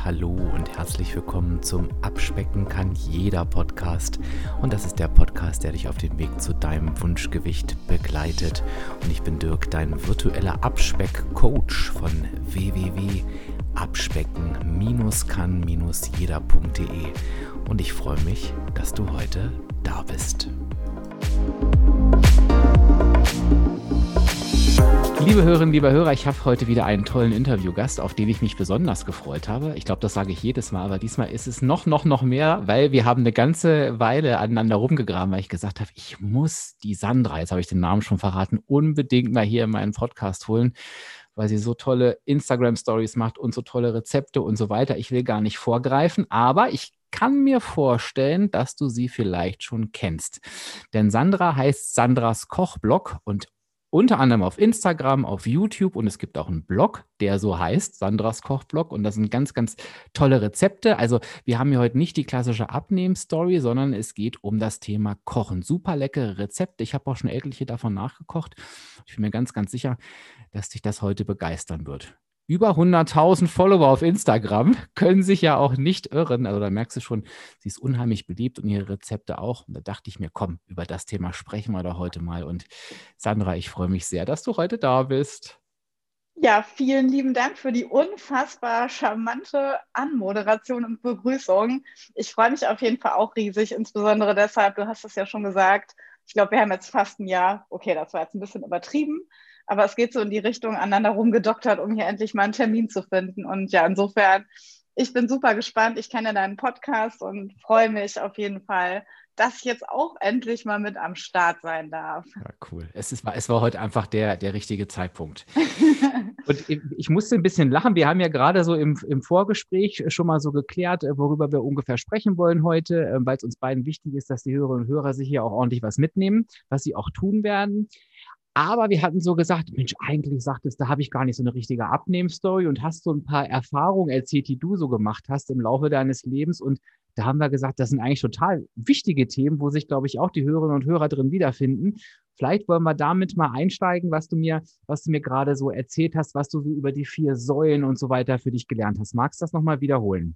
hallo und herzlich willkommen zum Abspecken kann jeder Podcast. Und das ist der Podcast, der dich auf dem Weg zu deinem Wunschgewicht begleitet. Und ich bin Dirk, dein virtueller Abspeck-Coach von www.abspecken-kann-jeder.de. Und ich freue mich, dass du heute da bist. Liebe Hörerinnen, lieber Hörer, ich habe heute wieder einen tollen Interviewgast, auf den ich mich besonders gefreut habe. Ich glaube, das sage ich jedes Mal, aber diesmal ist es noch mehr, weil wir haben eine ganze Weile aneinander rumgegraben, weil ich gesagt habe, ich muss die Sandra, jetzt habe ich den Namen schon verraten, unbedingt mal hier in meinen Podcast holen, weil sie so tolle Instagram-Stories macht und so tolle Rezepte und so weiter. Ich will gar nicht vorgreifen, aber ich kann mir vorstellen, dass du sie vielleicht schon kennst. Denn Sandra heißt Sandras Kochblog und unter anderem auf Instagram, auf YouTube und es gibt auch einen Blog, der so heißt, Sandras Kochblog, und das sind ganz, ganz tolle Rezepte. Also wir haben hier heute nicht die klassische Abnehmen-Story, sondern es geht um das Thema Kochen. Super leckere Rezepte. Ich habe auch schon etliche davon nachgekocht. Ich bin mir ganz, ganz sicher, dass dich das heute begeistern wird. Über 100.000 Follower auf Instagram können sich ja auch nicht irren. Also da merkst du schon, sie ist unheimlich beliebt und ihre Rezepte auch. Und da dachte ich mir, komm, über das Thema sprechen wir doch heute mal. Und Sandra, ich freue mich sehr, dass du heute da bist. Ja, vielen lieben Dank für die unfassbar charmante Anmoderation und Begrüßung. Ich freue mich auf jeden Fall auch riesig, insbesondere deshalb, du hast es ja schon gesagt, ich glaube, wir haben jetzt fast ein Jahr, okay, das war jetzt ein bisschen übertrieben, aber es geht so in die Richtung aneinander rumgedoktert, um hier endlich mal einen Termin zu finden. Und ja, insofern, ich bin super gespannt. Ich kenne deinen Podcast und freue mich auf jeden Fall, dass ich jetzt auch endlich mal mit am Start sein darf. Ja, cool. Es war heute einfach der richtige Zeitpunkt. Und ich musste ein bisschen lachen. Wir haben ja gerade so im Vorgespräch schon mal so geklärt, worüber wir ungefähr sprechen wollen heute, weil es uns beiden wichtig ist, dass die Hörerinnen und Hörer sich hier auch ordentlich was mitnehmen, was sie auch tun werden. Aber wir hatten so gesagt, Mensch, eigentlich sagtest, da habe ich gar nicht so eine richtige Abnehmstory und hast so ein paar Erfahrungen erzählt, die du so gemacht hast im Laufe deines Lebens. Und da haben wir gesagt, das sind eigentlich total wichtige Themen, wo sich, glaube ich, auch die Hörerinnen und Hörer drin wiederfinden. Vielleicht wollen wir damit mal einsteigen, was du mir gerade so erzählt hast, was du so über die 4 Säulen und so weiter für dich gelernt hast. Magst du das nochmal wiederholen?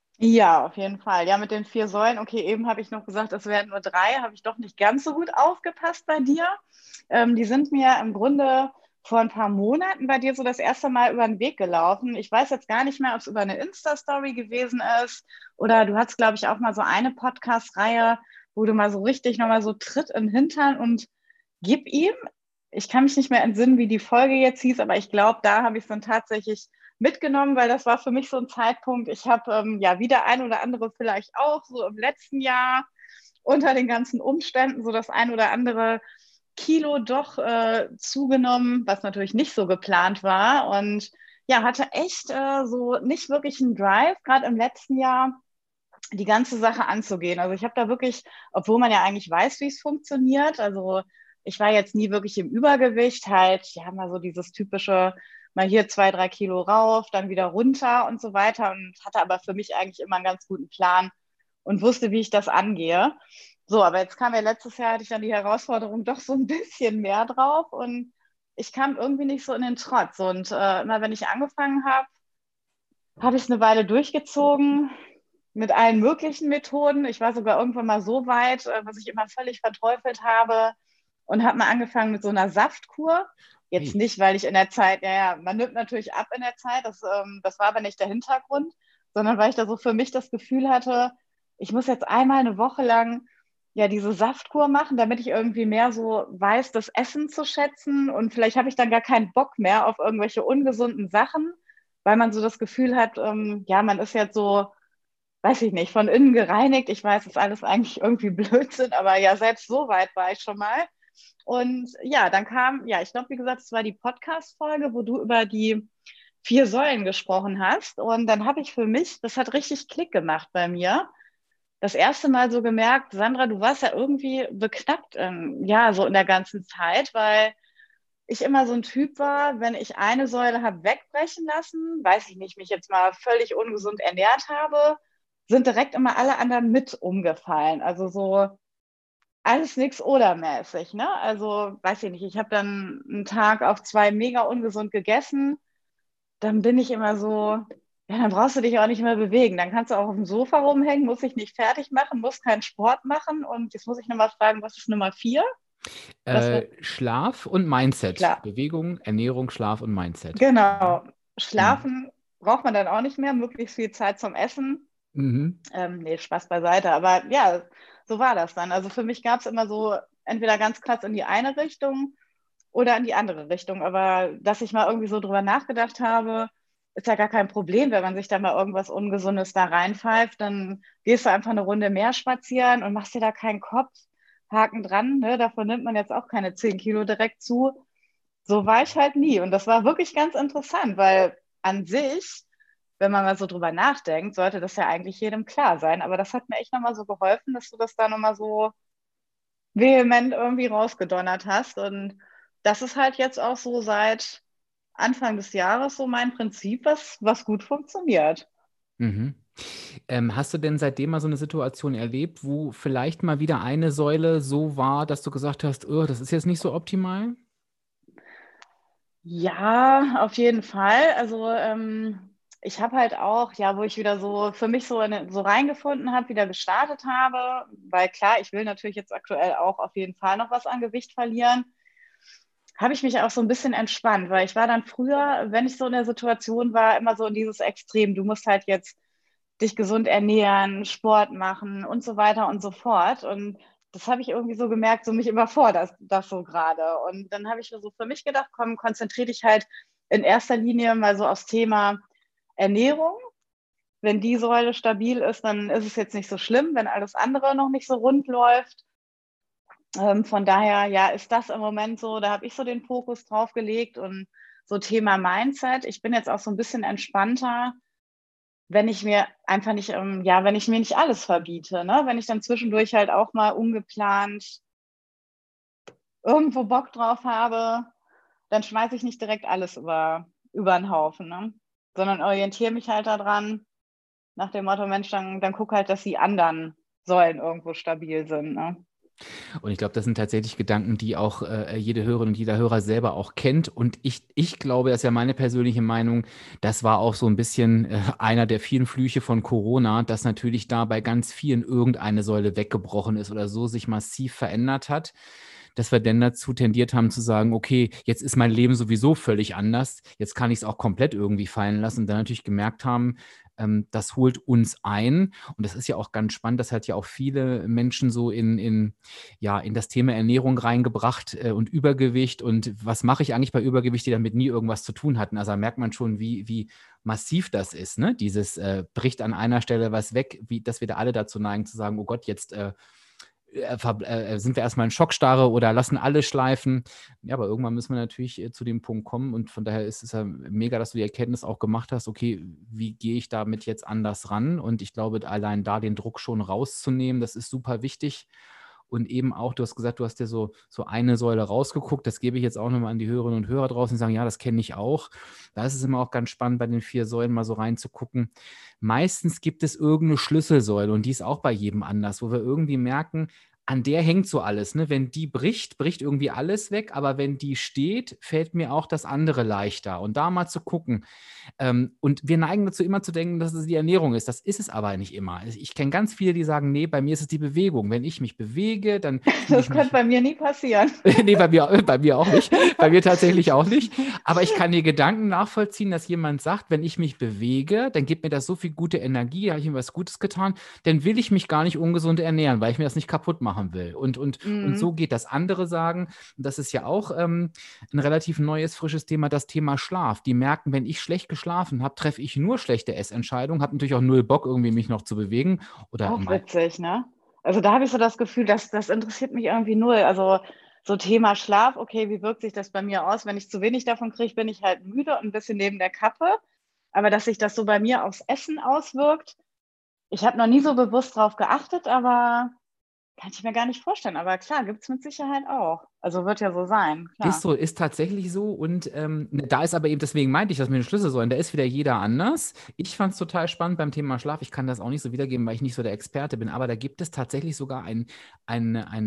Ja, auf jeden Fall. Ja, mit den 4 Säulen. Okay, eben habe ich noch gesagt, es wären nur 3. Habe ich doch nicht ganz so gut aufgepasst bei dir. Die sind mir im Grunde vor ein paar Monaten bei dir so das erste Mal über den Weg gelaufen. Ich weiß jetzt gar nicht mehr, ob es über eine Insta-Story gewesen ist oder du hattest, glaube ich, auch mal so eine Podcast-Reihe, wo du mal so richtig nochmal so Tritt in den Hintern und gib ihm. Ich kann mich nicht mehr entsinnen, wie die Folge jetzt hieß, aber ich glaube, da habe ich es dann tatsächlich mitgenommen, weil das war für mich so ein Zeitpunkt. Ich habe ja wie der ein oder andere vielleicht auch so im letzten Jahr unter den ganzen Umständen so das ein oder andere Kilo doch zugenommen, was natürlich nicht so geplant war und ja, hatte echt so nicht wirklich einen Drive, gerade im letzten Jahr die ganze Sache anzugehen. Also ich habe da wirklich, obwohl man ja eigentlich weiß, wie es funktioniert, also ich war jetzt nie wirklich im Übergewicht, halt, ja, mal so dieses typische, mal hier 2, 3 Kilo rauf, dann wieder runter und so weiter und hatte aber für mich eigentlich immer einen ganz guten Plan und wusste, wie ich das angehe. So, aber jetzt kam ja letztes Jahr, hatte ich dann die Herausforderung doch so ein bisschen mehr drauf und ich kam irgendwie nicht so in den Trotz. Und immer wenn ich angefangen habe, habe ich es eine Weile durchgezogen mit allen möglichen Methoden. Ich war sogar irgendwann mal so weit, was ich immer völlig verteufelt habe und habe mal angefangen mit so einer Saftkur. Jetzt Hey. nicht, weil ich in der Zeit, ja, man nimmt natürlich ab in der Zeit, das war aber nicht der Hintergrund, sondern weil ich da so für mich das Gefühl hatte, ich muss jetzt einmal eine Woche lang ja diese Saftkur machen, damit ich irgendwie mehr so weiß, das Essen zu schätzen und vielleicht habe ich dann gar keinen Bock mehr auf irgendwelche ungesunden Sachen, weil man so das Gefühl hat, ja, man ist jetzt so, weiß ich nicht, von innen gereinigt. Ich weiß, das ist alles eigentlich irgendwie Blödsinn, aber ja, selbst so weit war ich schon mal. Und ja, dann kam, ja, ich glaube, wie gesagt, es war die Podcast-Folge, wo du über die 4 Säulen gesprochen hast. Und dann habe ich für mich, das hat richtig Klick gemacht bei mir, das erste Mal so gemerkt, Sandra, du warst ja irgendwie beknackt, ja, so in der ganzen Zeit, weil ich immer so ein Typ war, wenn ich eine Säule habe wegbrechen lassen, weiß ich nicht, mich jetzt mal völlig ungesund ernährt habe, sind direkt immer alle anderen mit umgefallen. Also so alles nix oder mäßig, ne? Also weiß ich nicht, ich habe dann einen Tag auf 2 mega ungesund gegessen, dann bin ich immer so, Ja, dann brauchst du dich auch nicht mehr bewegen. Dann kannst du auch auf dem Sofa rumhängen, musst dich nicht fertig machen, musst keinen Sport machen. Und jetzt muss ich nochmal fragen, was ist Nummer 4? Was wird Schlaf und Mindset. klar? Bewegung, Ernährung, Schlaf und Mindset. Genau. Mhm. Schlafen braucht man dann auch nicht mehr, möglichst viel Zeit zum Essen. Mhm. Nee, Spaß beiseite. Aber ja, so war das dann. Also für mich gab es immer so entweder ganz krass in die eine Richtung oder in die andere Richtung. Aber dass ich mal irgendwie so drüber nachgedacht habe, ist ja gar kein Problem, wenn man sich da mal irgendwas Ungesundes da reinpfeift, dann gehst du einfach eine Runde mehr spazieren und machst dir da keinen Kopf. Haken dran, ne? Davon nimmt man jetzt auch keine 10 Kilo direkt zu. So war ich halt nie. Und das war wirklich ganz interessant, weil an sich, wenn man mal so drüber nachdenkt, sollte das ja eigentlich jedem klar sein. Aber das hat mir echt nochmal so geholfen, dass du das da nochmal so vehement irgendwie rausgedonnert hast. Und das ist halt jetzt auch so seit Anfang des Jahres so mein Prinzip, was gut funktioniert. Mhm. Hast du denn seitdem mal so eine Situation erlebt, wo vielleicht mal wieder eine Säule so war, dass du gesagt hast, oh, das ist jetzt nicht so optimal? Ja, auf jeden Fall. Also ich habe halt auch, ja, wo ich wieder so für mich so, so reingefunden habe, wieder gestartet habe, weil klar, ich will natürlich jetzt aktuell auch auf jeden Fall noch was an Gewicht verlieren, habe ich mich auch so ein bisschen entspannt, weil ich war dann früher, wenn ich so in der Situation war, immer so in dieses Extrem, du musst halt jetzt dich gesund ernähren, Sport machen und so weiter und so fort. Und das habe ich irgendwie so gemerkt, so mich überfordert das so gerade. Und dann habe ich so für mich gedacht, komm, konzentriere dich halt in erster Linie mal so aufs Thema Ernährung. Wenn die Säule stabil ist, dann ist es jetzt nicht so schlimm, wenn alles andere noch nicht so rund läuft. Von daher, ja, ist das im Moment so, da habe ich so den Fokus drauf gelegt und so Thema Mindset. Ich bin jetzt auch so ein bisschen entspannter, wenn ich mir einfach nicht, ja, wenn ich mir nicht alles verbiete, ne? Wenn ich dann zwischendurch halt auch mal ungeplant irgendwo Bock drauf habe, dann schmeiße ich nicht direkt alles über den Haufen, ne? Sondern orientiere mich halt daran, nach dem Motto, Mensch, dann guck halt, dass die anderen Säulen irgendwo stabil sind, ne? Und ich glaube, das sind tatsächlich Gedanken, die auch jede Hörerin und jeder Hörer selber auch kennt. Und ich glaube, das ist ja meine persönliche Meinung, das war auch so ein bisschen einer der vielen Flüche von Corona, dass natürlich da bei ganz vielen irgendeine Säule weggebrochen ist oder so sich massiv verändert hat, dass wir dann dazu tendiert haben zu sagen, okay, jetzt ist mein Leben sowieso völlig anders, jetzt kann ich es auch komplett irgendwie fallen lassen und dann natürlich gemerkt haben, das holt uns ein. Und das ist ja auch ganz spannend, das hat ja auch viele Menschen so ja, in das Thema Ernährung reingebracht und Übergewicht und was mache ich eigentlich bei Übergewicht, die damit nie irgendwas zu tun hatten. Also da merkt man schon, wie massiv das ist, ne? Dieses bricht an einer Stelle was weg, dass wir da alle dazu neigen zu sagen, oh Gott, jetzt sind wir erstmal in Schockstarre oder lassen alle schleifen. Ja, aber irgendwann müssen wir natürlich zu dem Punkt kommen und von daher ist es ja mega, dass du die Erkenntnis auch gemacht hast, okay, wie gehe ich damit jetzt anders ran? Und ich glaube, allein da den Druck schon rauszunehmen, das ist super wichtig. Und eben auch, du hast gesagt, du hast dir so eine Säule rausgeguckt. Das gebe ich jetzt auch nochmal an die Hörerinnen und Hörer draußen, die sagen, ja, das kenne ich auch. Da ist es immer auch ganz spannend, bei den 4 Säulen mal so reinzugucken. Meistens gibt es irgendeine Schlüsselsäule und die ist auch bei jedem anders, wo wir irgendwie merken, an der hängt so alles. Ne? Wenn die bricht, bricht irgendwie alles weg, aber wenn die steht, fällt mir auch das andere leichter. Und da mal zu gucken, und wir neigen dazu immer zu denken, dass es die Ernährung ist. Das ist es aber nicht immer. Ich kenne ganz viele, die sagen, nee, bei mir ist es die Bewegung. Wenn ich mich bewege, dann fühle ich Das könnte mich. bei mir nie passieren. Nee, bei mir auch nicht. Bei mir tatsächlich auch nicht. Aber ich kann die Gedanken nachvollziehen, dass jemand sagt, wenn ich mich bewege, dann gibt mir das so viel gute Energie, da habe ich mir was Gutes getan, dann will ich mich gar nicht ungesund ernähren, weil ich mir das nicht kaputt machen will. Und so Mhm. geht das. Andere sagen, das ist ja auch ein relativ neues, frisches Thema, das Thema Schlaf. Die merken, wenn ich schlecht geschlafen habe, treffe ich nur schlechte Essentscheidungen, habe natürlich auch null Bock, irgendwie mich noch zu bewegen. Oder Auch mal. witzig, ne? Also da habe ich so das Gefühl, dass das interessiert mich irgendwie null. Also so Thema Schlaf, okay, wie wirkt sich das bei mir aus? Wenn ich zu wenig davon kriege, bin ich halt müde und ein bisschen neben der Kappe. Aber dass sich das so bei mir aufs Essen auswirkt, ich habe noch nie so bewusst drauf geachtet, aber kann ich mir gar nicht vorstellen. Aber klar, gibt es mit Sicherheit auch. Also wird ja so sein, Ist klar. so, ist tatsächlich so. Und da ist aber eben, deswegen meinte ich das mit den Schlüsselsäulen, da ist wieder jeder anders. Ich fand es total spannend beim Thema Schlaf. Ich kann das auch nicht so wiedergeben, weil ich nicht so der Experte bin, aber da gibt es tatsächlich sogar eine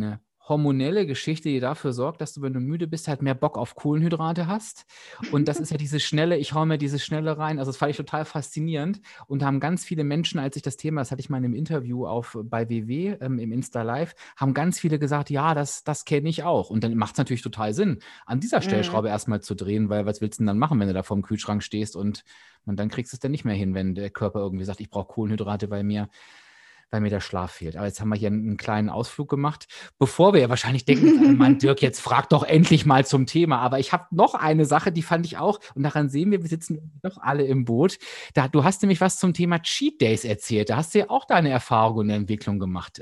hormonelle Geschichte, die dafür sorgt, dass du, wenn du müde bist, halt mehr Bock auf Kohlenhydrate hast. Und das ist ja dieses schnelle, ich hau mir dieses schnelle rein. Also das fand ich total faszinierend. Und da haben ganz viele Menschen, als ich das Thema, das hatte ich mal in einem Interview bei WW im Insta Live, haben ganz viele gesagt, ja, das kenne ich auch. Und dann macht es natürlich total Sinn, an dieser Mhm. Stellschraube erstmal zu drehen, weil was willst du denn dann machen, wenn du da vorm Kühlschrank stehst und dann kriegst du es dann nicht mehr hin, wenn der Körper irgendwie sagt, ich brauche Kohlenhydrate, weil mir der Schlaf fehlt. Aber jetzt haben wir hier einen kleinen Ausflug gemacht, bevor wir ja wahrscheinlich denken, jetzt alle, Mann, Dirk, jetzt frag doch endlich mal zum Thema. Aber ich habe noch eine Sache, die fand ich auch, und daran sehen wir sitzen doch alle im Boot. Du hast nämlich was zum Thema Cheat Days erzählt. Da hast du ja auch deine Erfahrungen in der Entwicklung gemacht.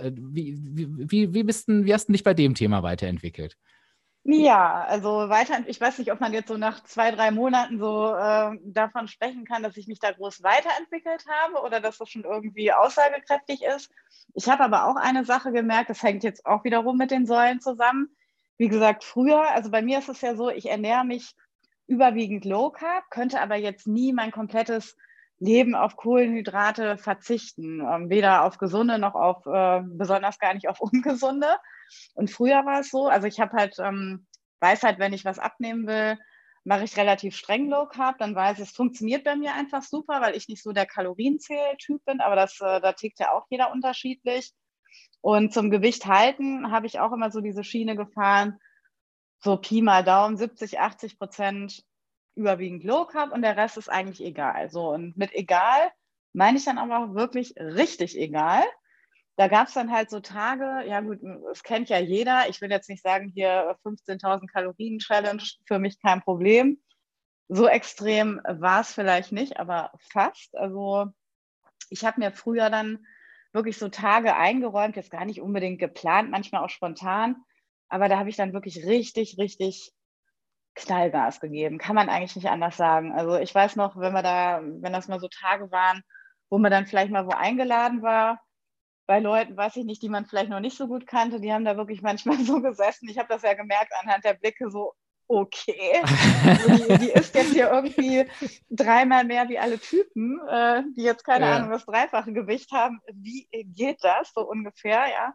Wie hast du dich bei dem Thema weiterentwickelt? Ja, also ich weiß nicht, ob man jetzt so nach 2, 3 Monaten so davon sprechen kann, dass ich mich da groß weiterentwickelt habe oder dass das schon irgendwie aussagekräftig ist. Ich habe aber auch eine Sache gemerkt, das hängt jetzt auch wiederum mit den Säulen zusammen. Wie gesagt, früher, also bei mir ist es ja so, ich ernähre mich überwiegend Low Carb, könnte aber jetzt nie mein komplettes Leben auf Kohlenhydrate verzichten, weder auf gesunde noch auf besonders gar nicht auf ungesunde. Und früher war es so, also ich habe halt, weiß halt, wenn ich was abnehmen will, mache ich relativ streng Low Carb, dann weiß ich, es funktioniert bei mir einfach super, weil ich nicht so der Kalorienzähltyp bin, aber da tickt ja auch jeder unterschiedlich. Und zum Gewicht halten habe ich auch immer so diese Schiene gefahren, so Pi mal Daumen, 70, 80% überwiegend Low Carb und der Rest ist eigentlich egal. So, und mit egal meine ich dann aber wirklich richtig egal. Da gab es dann halt so Tage, ja gut, das kennt ja jeder. Ich will jetzt nicht sagen, hier 15.000 Kalorien Challenge, für mich kein Problem. So extrem war es vielleicht nicht, aber fast. Also ich habe mir früher dann wirklich so Tage eingeräumt, jetzt gar nicht unbedingt geplant, manchmal auch spontan. Aber da habe ich dann wirklich richtig, richtig Knallgas gegeben. Kann man eigentlich nicht anders sagen. Also ich weiß noch, wenn das mal so Tage waren, wo man dann vielleicht mal wo eingeladen war, bei Leuten, weiß ich nicht, die man vielleicht noch nicht so gut kannte, die haben da wirklich manchmal so gesessen. Ich habe das ja gemerkt anhand der Blicke so, okay, so die isst jetzt hier irgendwie 3-mal mehr wie alle Typen, die jetzt keine Ahnung Ja. das dreifache Gewicht haben. Wie geht das so ungefähr, ja?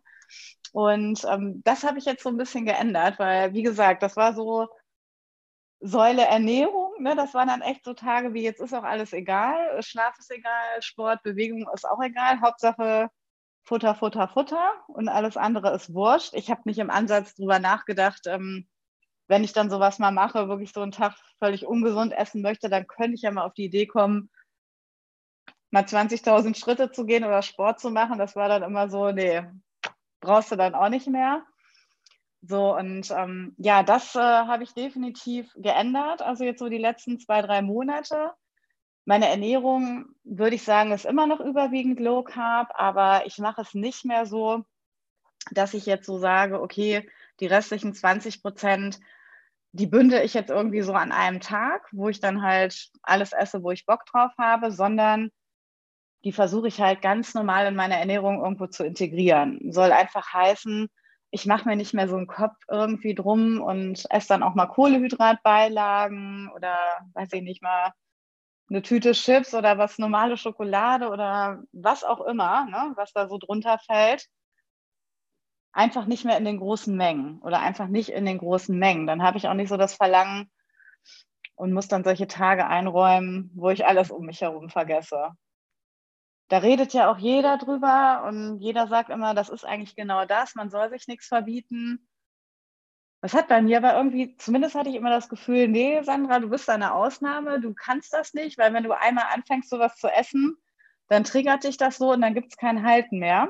Und das habe ich jetzt so ein bisschen geändert, weil wie gesagt, das war so Säule Ernährung, ne? Das waren dann echt so Tage wie jetzt ist auch alles egal, Schlaf ist egal, Sport, Bewegung ist auch egal, Hauptsache Futter, Futter, Futter und alles andere ist wurscht. Ich habe nicht im Ansatz drüber nachgedacht, wenn ich dann sowas mal mache, wirklich so einen Tag völlig ungesund essen möchte, dann könnte ich ja mal auf die Idee kommen, mal 20.000 Schritte zu gehen oder Sport zu machen. Das war dann immer so, nee, brauchst du dann auch nicht mehr. So, und ja, das habe ich definitiv geändert. Also jetzt so die letzten 2, 3 Monate. Meine Ernährung, würde ich sagen, ist immer noch überwiegend Low Carb, aber ich mache es nicht mehr so, dass ich jetzt so sage, okay, die restlichen 20%, die bündel ich jetzt irgendwie so an einem Tag, wo ich dann halt alles esse, wo ich Bock drauf habe, sondern die versuche ich halt ganz normal in meine Ernährung irgendwo zu integrieren. Soll einfach heißen, ich mache mir nicht mehr so einen Kopf irgendwie drum und esse dann auch mal Kohlehydratbeilagen oder weiß ich nicht mal eine Tüte Chips oder was normale Schokolade oder was auch immer, ne, was da so drunter fällt, einfach nicht mehr in den großen Mengen oder einfach nicht in den großen Mengen. Dann habe ich auch nicht so das Verlangen und muss dann solche Tage einräumen, wo ich alles um mich herum vergesse. Da redet ja auch jeder drüber und jeder sagt immer, das ist eigentlich genau das, man soll sich nichts verbieten. Das hat bei mir aber irgendwie, zumindest hatte ich immer das Gefühl, nee, Sandra, du bist eine Ausnahme, du kannst das nicht, weil wenn du einmal anfängst, sowas zu essen, dann triggert dich das so und dann gibt es kein Halten mehr.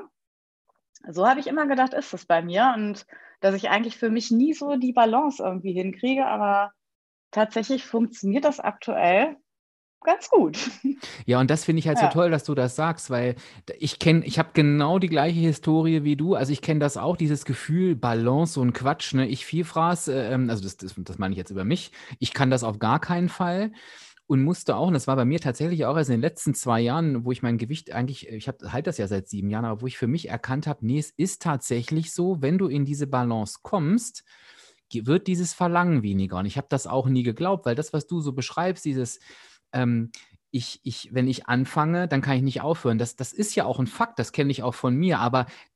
So habe ich immer gedacht, ist es bei mir und dass ich eigentlich für mich nie so die Balance irgendwie hinkriege, aber tatsächlich funktioniert das aktuell ganz gut. Ja, und das finde ich halt so Ja. toll, dass du das sagst, weil ich habe genau die gleiche Historie wie du. Also ich kenne das auch, dieses Gefühl, Balance, so ein Quatsch, ne? Ich Vielfraß, also das meine ich jetzt über mich. Ich kann das auf gar keinen Fall. Und musste auch, und das war bei mir tatsächlich auch erst in den letzten 2 Jahren, wo ich mein Gewicht eigentlich, ich halte das ja seit 7 Jahren, aber wo ich für mich erkannt habe, nee, es ist tatsächlich so, wenn du in diese Balance kommst, wird dieses Verlangen weniger. Und ich habe das auch nie geglaubt, weil das, was du so beschreibst, dieses, ähm, wenn ich anfange, dann kann ich nicht aufhören. Das ist ja auch ein Fakt, das kenne ich auch von mir, aber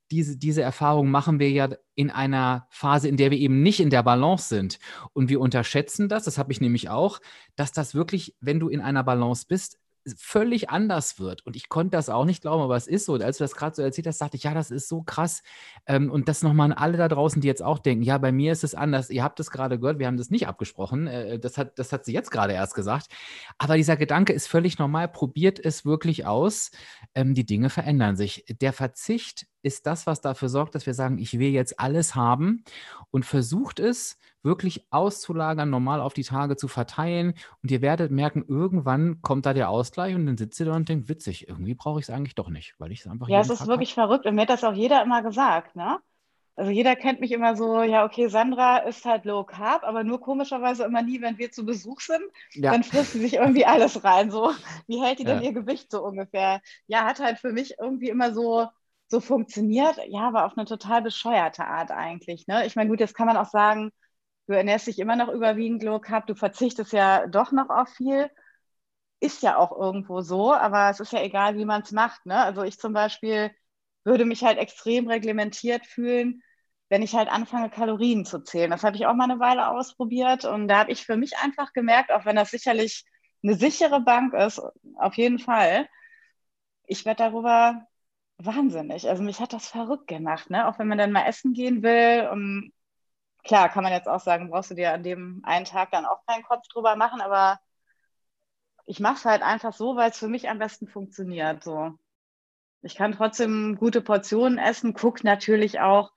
diese Erfahrung machen wir ja in einer Phase, in der wir eben nicht in der Balance sind. Und wir unterschätzen das habe ich nämlich auch, dass das wirklich, wenn du in einer Balance bist, völlig anders wird. Und ich konnte das auch nicht glauben, aber es ist so. Und als du das gerade so erzählt hast, dachte ich, ja, das ist so krass. Und das nochmal an alle da draußen, die jetzt auch denken, ja, bei mir ist es anders. Ihr habt es gerade gehört, wir haben das nicht abgesprochen. Das hat sie jetzt gerade erst gesagt. Aber dieser Gedanke ist völlig normal. Probiert es wirklich aus. Die Dinge verändern sich. Der Verzicht ist das, was dafür sorgt, dass wir sagen, ich will jetzt alles haben und versucht es wirklich auszulagern, normal auf die Tage zu verteilen. Und ihr werdet merken, irgendwann kommt da der Ausgleich und dann sitzt ihr da und denkt, witzig, irgendwie brauche ich es eigentlich doch nicht, weil ich es einfach Ja, es jeden ist Tag habe. wirklich verrückt und mir hat das auch jeder immer gesagt, ne? Also jeder kennt mich immer so, ja, okay, Sandra ist halt Low Carb, aber nur komischerweise immer nie, wenn wir zu Besuch sind, Ja, dann frisst sie sich irgendwie alles rein. So, wie hält die denn ja. ihr Gewicht so ungefähr? Ja, hat halt für mich irgendwie immer so funktioniert, ja, aber auf eine total bescheuerte Art eigentlich. Ne? Ich meine, gut, jetzt kann man auch sagen, du ernährst dich immer noch überwiegend Low Carb, du verzichtest ja doch noch auf viel. Ist ja auch irgendwo so, aber es ist ja egal, wie man es macht. Ne? Also ich zum Beispiel würde mich halt extrem reglementiert fühlen, wenn ich halt anfange, Kalorien zu zählen. Das habe ich auch mal eine Weile ausprobiert und da habe ich für mich einfach gemerkt, auch wenn das sicherlich eine sichere Bank ist, auf jeden Fall, ich werde darüber wahnsinnig. Also mich hat das verrückt gemacht, ne? Auch wenn man dann mal essen gehen will. Und klar, kann man jetzt auch sagen, brauchst du dir an dem einen Tag dann auch keinen Kopf drüber machen, aber ich mache es halt einfach so, weil es für mich am besten funktioniert. So. Ich kann trotzdem gute Portionen essen, gucke natürlich auch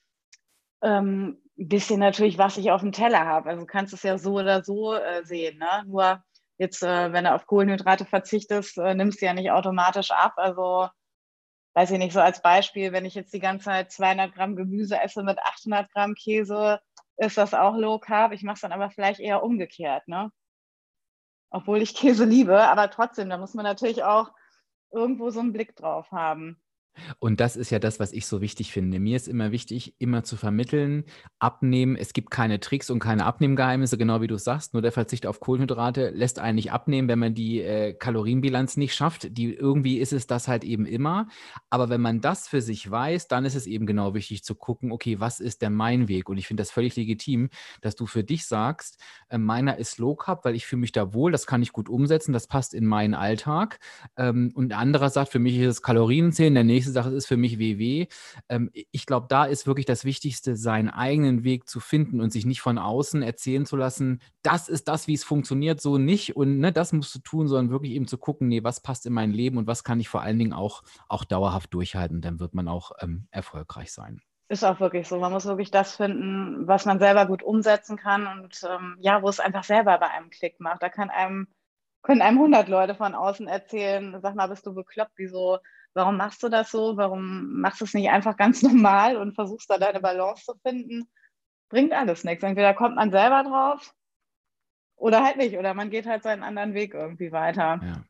ein bisschen natürlich, was ich auf dem Teller habe. Also du kannst es ja so oder so sehen. Ne? Nur jetzt, wenn du auf Kohlenhydrate verzichtest, nimmst du ja nicht automatisch ab. Also weiß ich nicht, so als Beispiel, wenn ich jetzt die ganze Zeit 200 Gramm Gemüse esse mit 800 Gramm Käse, ist das auch Low Carb. Ich mache es dann aber vielleicht eher umgekehrt, ne? Obwohl ich Käse liebe, aber trotzdem, da muss man natürlich auch irgendwo so einen Blick drauf haben. Und das ist ja das, was ich so wichtig finde. Mir ist immer wichtig, immer zu vermitteln, abnehmen. Es gibt keine Tricks und keine Abnehmgeheimnisse, genau wie du sagst. Nur der Verzicht auf Kohlenhydrate lässt einen nicht abnehmen, wenn man die Kalorienbilanz nicht schafft. Irgendwie ist es das halt eben immer. Aber wenn man das für sich weiß, dann ist es eben genau wichtig zu gucken, okay, was ist denn mein Weg? Und ich finde das völlig legitim, dass du für dich sagst, meiner ist Low Carb, weil ich fühle mich da wohl, das kann ich gut umsetzen, das passt in meinen Alltag. Und ein anderer sagt, für mich ist es Kalorienzählen, der nächste sagt, es ist für mich WW. Ich glaube, da ist wirklich das Wichtigste, seinen eigenen Weg zu finden und sich nicht von außen erzählen zu lassen, das ist das, wie es funktioniert, so nicht und ne, das musst du tun, sondern wirklich eben zu gucken, nee, was passt in mein Leben und was kann ich vor allen Dingen auch dauerhaft durchhalten, dann wird man auch erfolgreich sein. Ist auch wirklich so. Man muss wirklich das finden, was man selber gut umsetzen kann und ja, wo es einfach selber bei einem Klick macht. Können einem 100 Leute von außen erzählen, sag mal, bist du bekloppt? Wieso, warum machst du das so? Warum machst du es nicht einfach ganz normal und versuchst da deine Balance zu finden? Bringt alles nichts. Entweder kommt man selber drauf oder halt nicht. Oder man geht halt seinen anderen Weg irgendwie weiter. Ja.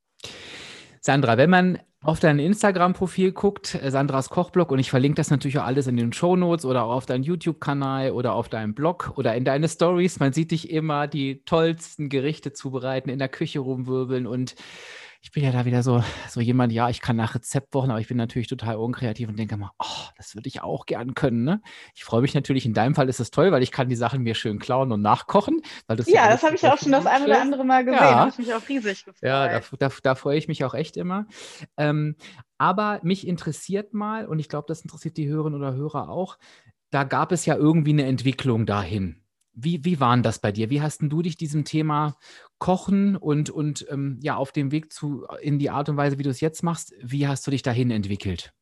Sandra, wenn man auf dein Instagram-Profil guckt, Sandras Kochblog, und ich verlinke das natürlich auch alles in den Shownotes oder auch auf deinen YouTube-Kanal oder auf deinem Blog oder in deine Stories. Man sieht dich immer die tollsten Gerichte zubereiten, in der Küche rumwirbeln und ich bin ja da wieder so jemand, ja, ich kann nach Rezeptwochen, aber ich bin natürlich total unkreativ und denke mal, oh, das würde ich auch gern können, ne? Ich freue mich natürlich, in deinem Fall ist es toll, weil ich kann die Sachen mir schön klauen und nachkochen, weil du es ja Ja, alles das habe zur ich ja auch schon das Verfügung ein oder stellst. andere Mal gesehen. Habe Ja, ich mich auch riesig ja, gefreut. da freue ich mich auch echt immer. Ähm, aber mich interessiert mal, und ich glaube, das interessiert die Hörerinnen oder Hörer auch, da gab es ja irgendwie eine Entwicklung dahin. Wie war denn das bei dir? Wie hast denn du dich diesem Thema Kochen und ja, auf dem Weg in die Art und Weise, wie du es jetzt machst, wie hast du dich dahin entwickelt?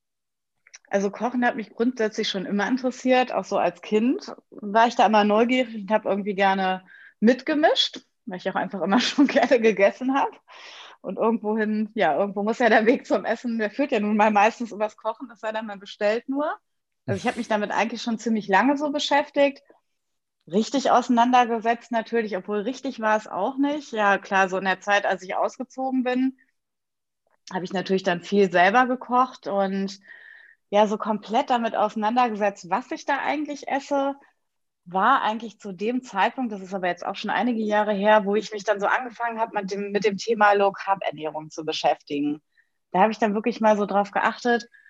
Also Kochen hat mich grundsätzlich schon immer interessiert. Auch so als Kind war ich da immer neugierig und habe irgendwie gerne mitgemischt, weil ich auch einfach immer schon gerne gegessen habe. Und irgendwohin, ja, irgendwo muss ja der Weg zum Essen, der führt ja nun mal meistens übers Kochen, es sei denn, man bestellt nur. Also ich habe mich damit eigentlich schon ziemlich lange so beschäftigt. Richtig auseinandergesetzt natürlich, obwohl richtig war es auch nicht. Ja, klar, so in der Zeit, als ich ausgezogen bin, habe ich natürlich dann viel selber gekocht und ja, so komplett damit auseinandergesetzt, was ich da eigentlich esse, war eigentlich zu dem Zeitpunkt, das ist aber jetzt auch schon einige Jahre her, wo ich mich dann so angefangen habe, mit dem Thema Low-Carb-Ernährung zu beschäftigen. Da habe ich dann wirklich mal so drauf geachtet,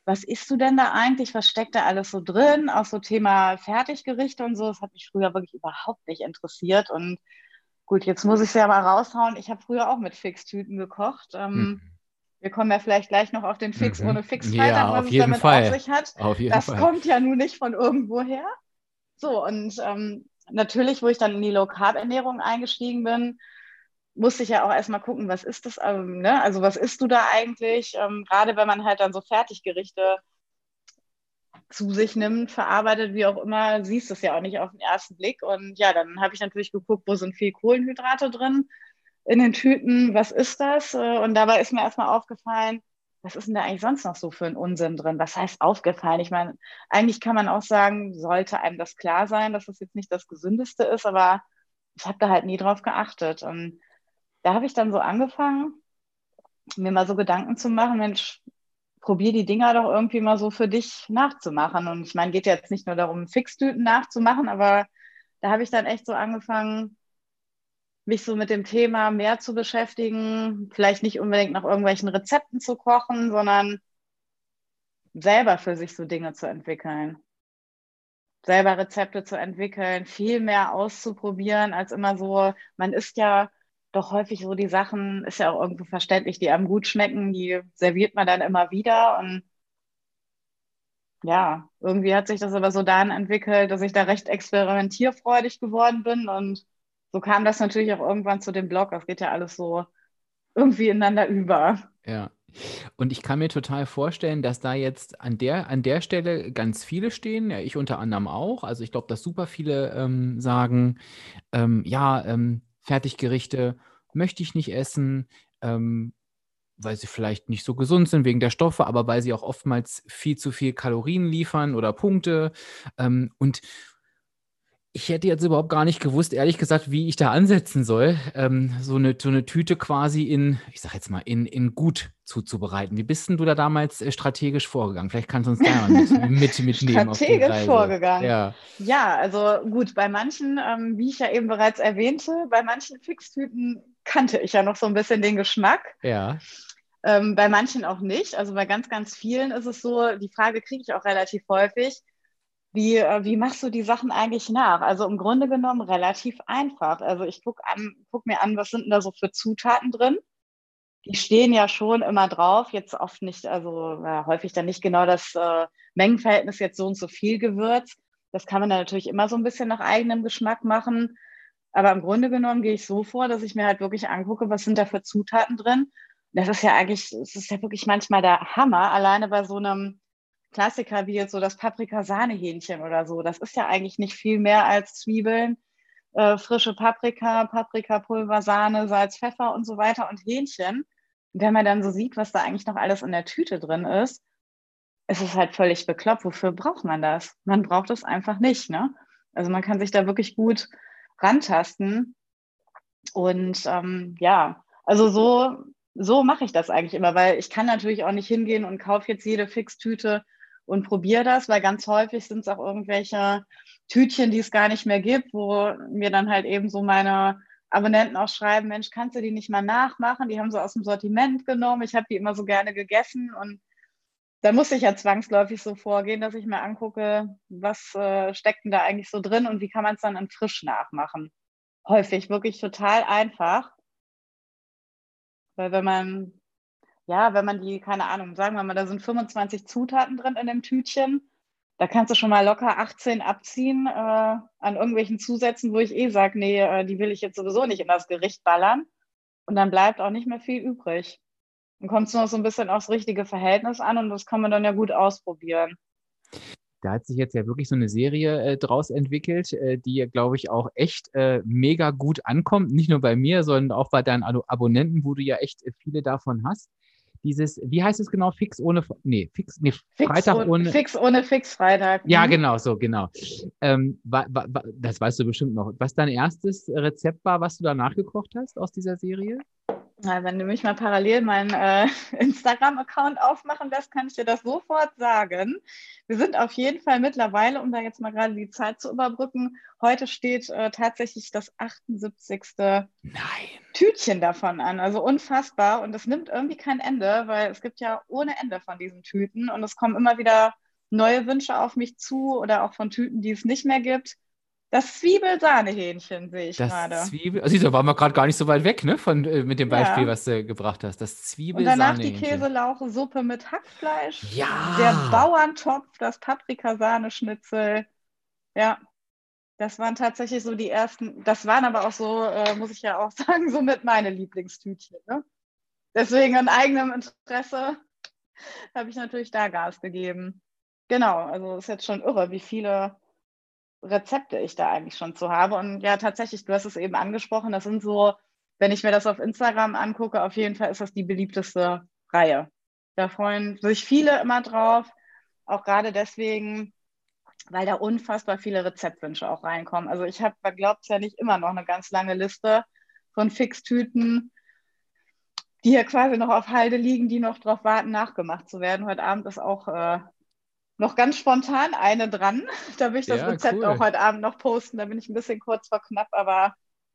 was isst du denn da eigentlich? Was steckt da alles so drin? Auch so Thema Fertiggerichte und so. Das hat mich früher wirklich überhaupt nicht interessiert. Und gut, jetzt muss ich es ja mal raushauen. Ich habe früher auch mit Fixtüten gekocht. Hm. Wir kommen ja vielleicht gleich noch auf den Fix Mhm. ohne Fix-Freitag, Ja, was auf es jeden damit auf Fall. sich hat. Auf jeden Das Fall. kommt ja nun nicht von irgendwoher. So, und natürlich, wo ich dann in die Low-Carb-Ernährung eingestiegen bin, musste ich ja auch erstmal gucken, was ist das, ne? Also was isst du da eigentlich? Gerade wenn man halt dann so Fertiggerichte zu sich nimmt, verarbeitet, wie auch immer, siehst du es ja auch nicht auf den ersten Blick. Und ja, dann habe ich natürlich geguckt, wo sind viel Kohlenhydrate drin in den Tüten, was ist das? Und dabei ist mir erstmal aufgefallen, was ist denn da eigentlich sonst noch so für ein Unsinn drin? Was heißt aufgefallen? Ich meine, eigentlich kann man auch sagen, sollte einem das klar sein, dass das jetzt nicht das Gesündeste ist, aber ich habe da halt nie drauf geachtet. Und da habe ich dann so angefangen, mir mal so Gedanken zu machen, Mensch, probier die Dinger doch irgendwie mal so für dich nachzumachen. Und ich meine, geht ja jetzt nicht nur darum, Fixtüten nachzumachen, aber da habe ich dann echt so angefangen, mich so mit dem Thema mehr zu beschäftigen, vielleicht nicht unbedingt nach irgendwelchen Rezepten zu kochen, sondern selber für sich so Dinge zu entwickeln, selber Rezepte zu entwickeln, viel mehr auszuprobieren als immer so, man isst ja doch häufig so die Sachen, ist ja auch irgendwo verständlich, die einem gut schmecken, die serviert man dann immer wieder und ja, irgendwie hat sich das aber so dahin entwickelt, dass ich da recht experimentierfreudig geworden bin und so kam das natürlich auch irgendwann zu dem Blog. Das geht ja alles so irgendwie ineinander über. Ja. Und ich kann mir total vorstellen, dass da jetzt an der Stelle ganz viele stehen, ja, ich unter anderem auch. Also ich glaube, dass super viele sagen, ja, Fertiggerichte möchte ich nicht essen, weil sie vielleicht nicht so gesund sind wegen der Stoffe, aber weil sie auch oftmals viel zu viel Kalorien liefern oder Punkte. Und ich hätte jetzt überhaupt gar nicht gewusst, ehrlich gesagt, wie ich da ansetzen soll, so eine Tüte quasi ich sag jetzt mal, in gut zuzubereiten. Wie bist denn du da damals strategisch vorgegangen? Vielleicht kannst du uns da ja mal mitnehmen auf die Strategisch Reise. vorgegangen. Ja, Ja, also gut, bei manchen, wie ich ja eben bereits erwähnte, bei manchen Fixtüten kannte ich ja noch so ein bisschen den Geschmack. ja. Bei manchen auch nicht. Also bei ganz, ganz vielen ist es so, die Frage kriege ich auch relativ häufig, wie machst du die Sachen eigentlich nach? Also im Grunde genommen relativ einfach. Also ich guck mir an, was sind denn da so für Zutaten drin? Die stehen ja schon immer drauf, jetzt oft nicht, also häufig dann nicht genau das Mengenverhältnis jetzt so und so viel Gewürz. Das kann man dann natürlich immer so ein bisschen nach eigenem Geschmack machen. Aber im Grunde genommen gehe ich so vor, dass ich mir halt wirklich angucke, was sind da für Zutaten drin. Es ist ja wirklich manchmal der Hammer, alleine bei so einem Klassiker wie jetzt so das Paprika-Sahne-Hähnchen oder so. Das ist ja eigentlich nicht viel mehr als Zwiebeln, frische Paprika, Paprikapulver, Sahne, Salz, Pfeffer und so weiter und Hähnchen. Und wenn man dann so sieht, was da eigentlich noch alles in der Tüte drin ist, ist es halt völlig bekloppt. Wofür braucht man das? Man braucht es einfach nicht, ne? Also man kann sich da wirklich gut rantasten. Und ja, also so mache ich das eigentlich immer, weil ich kann natürlich auch nicht hingehen und kaufe jetzt jede Fixtüte und probiere das, weil ganz häufig sind es auch irgendwelche Tütchen, die es gar nicht mehr gibt, wo mir dann halt eben so meine Abonnenten auch schreiben, Mensch, kannst du die nicht mal nachmachen? Die haben sie aus dem Sortiment genommen. Ich habe die immer so gerne gegessen und da muss ich ja zwangsläufig so vorgehen, dass ich mir angucke, was steckt denn da eigentlich so drin und wie kann man es dann in frisch nachmachen. Häufig wirklich total einfach, weil wenn man die, keine Ahnung, sagen wir mal, da sind 25 Zutaten drin in dem Tütchen, da kannst du schon mal locker 18 abziehen an irgendwelchen Zusätzen, wo ich sage, nee, die will ich jetzt sowieso nicht in das Gericht ballern. Und dann bleibt auch nicht mehr viel übrig. Dann kommt es nur so ein bisschen aufs richtige Verhältnis an und das kann man dann ja gut ausprobieren. Da hat sich jetzt ja wirklich so eine Serie draus entwickelt, die ja, glaube ich, auch echt mega gut ankommt. Nicht nur bei mir, sondern auch bei deinen Abonnenten, wo du ja echt viele davon hast. Wie heißt es genau? Freitag ohne. Fix ohne Fix-Freitag. Ja, genau, so, genau. Das weißt du bestimmt noch. Was dein erstes Rezept war, was du da nachgekocht hast aus dieser Serie? Na, wenn du mich mal parallel meinen Instagram-Account aufmachen lässt, kann ich dir das sofort sagen. Wir sind auf jeden Fall mittlerweile, um da jetzt mal gerade die Zeit zu überbrücken, heute steht tatsächlich das 78. Nein. Tütchen davon an. Also unfassbar. Und das nimmt irgendwie kein Ende, weil es gibt ja ohne Ende von diesen Tüten. Und es kommen immer wieder neue Wünsche auf mich zu oder auch von Tüten, die es nicht mehr gibt. Das Zwiebelsahnehähnchen sehe ich Das gerade. Zwiebel, also da waren wir gerade gar nicht so weit weg, ne, mit dem Beispiel, Ja. was du gebracht hast. Das Und danach die Zwiebelsahnehähnchen. Käselauche-Suppe mit Hackfleisch, der Ja, Bauerntopf, das Paprikasahneschnitzel. Ja, das waren tatsächlich so die ersten. Das waren aber auch so, muss ich ja auch sagen, so mit meine Lieblingstütchen. Ne? Deswegen in eigenem Interesse habe ich natürlich da Gas gegeben. Genau, also ist jetzt schon irre, wie viele Rezepte ich da eigentlich schon zu habe. Und ja, tatsächlich, du hast es eben angesprochen, das sind so, wenn ich mir das auf Instagram angucke, auf jeden Fall ist das die beliebteste Reihe. Da freuen sich viele immer drauf, auch gerade deswegen, weil da unfassbar viele Rezeptwünsche auch reinkommen. Also ich habe, man glaubt es ja nicht, immer noch eine ganz lange Liste von Fixtüten, die hier quasi noch auf Halde liegen, die noch drauf warten, nachgemacht zu werden. Heute Abend ist auch noch ganz spontan eine dran. Da will ich das ja, Rezept auch cool. heute Abend noch posten. Da bin ich ein bisschen kurz vor knapp, aber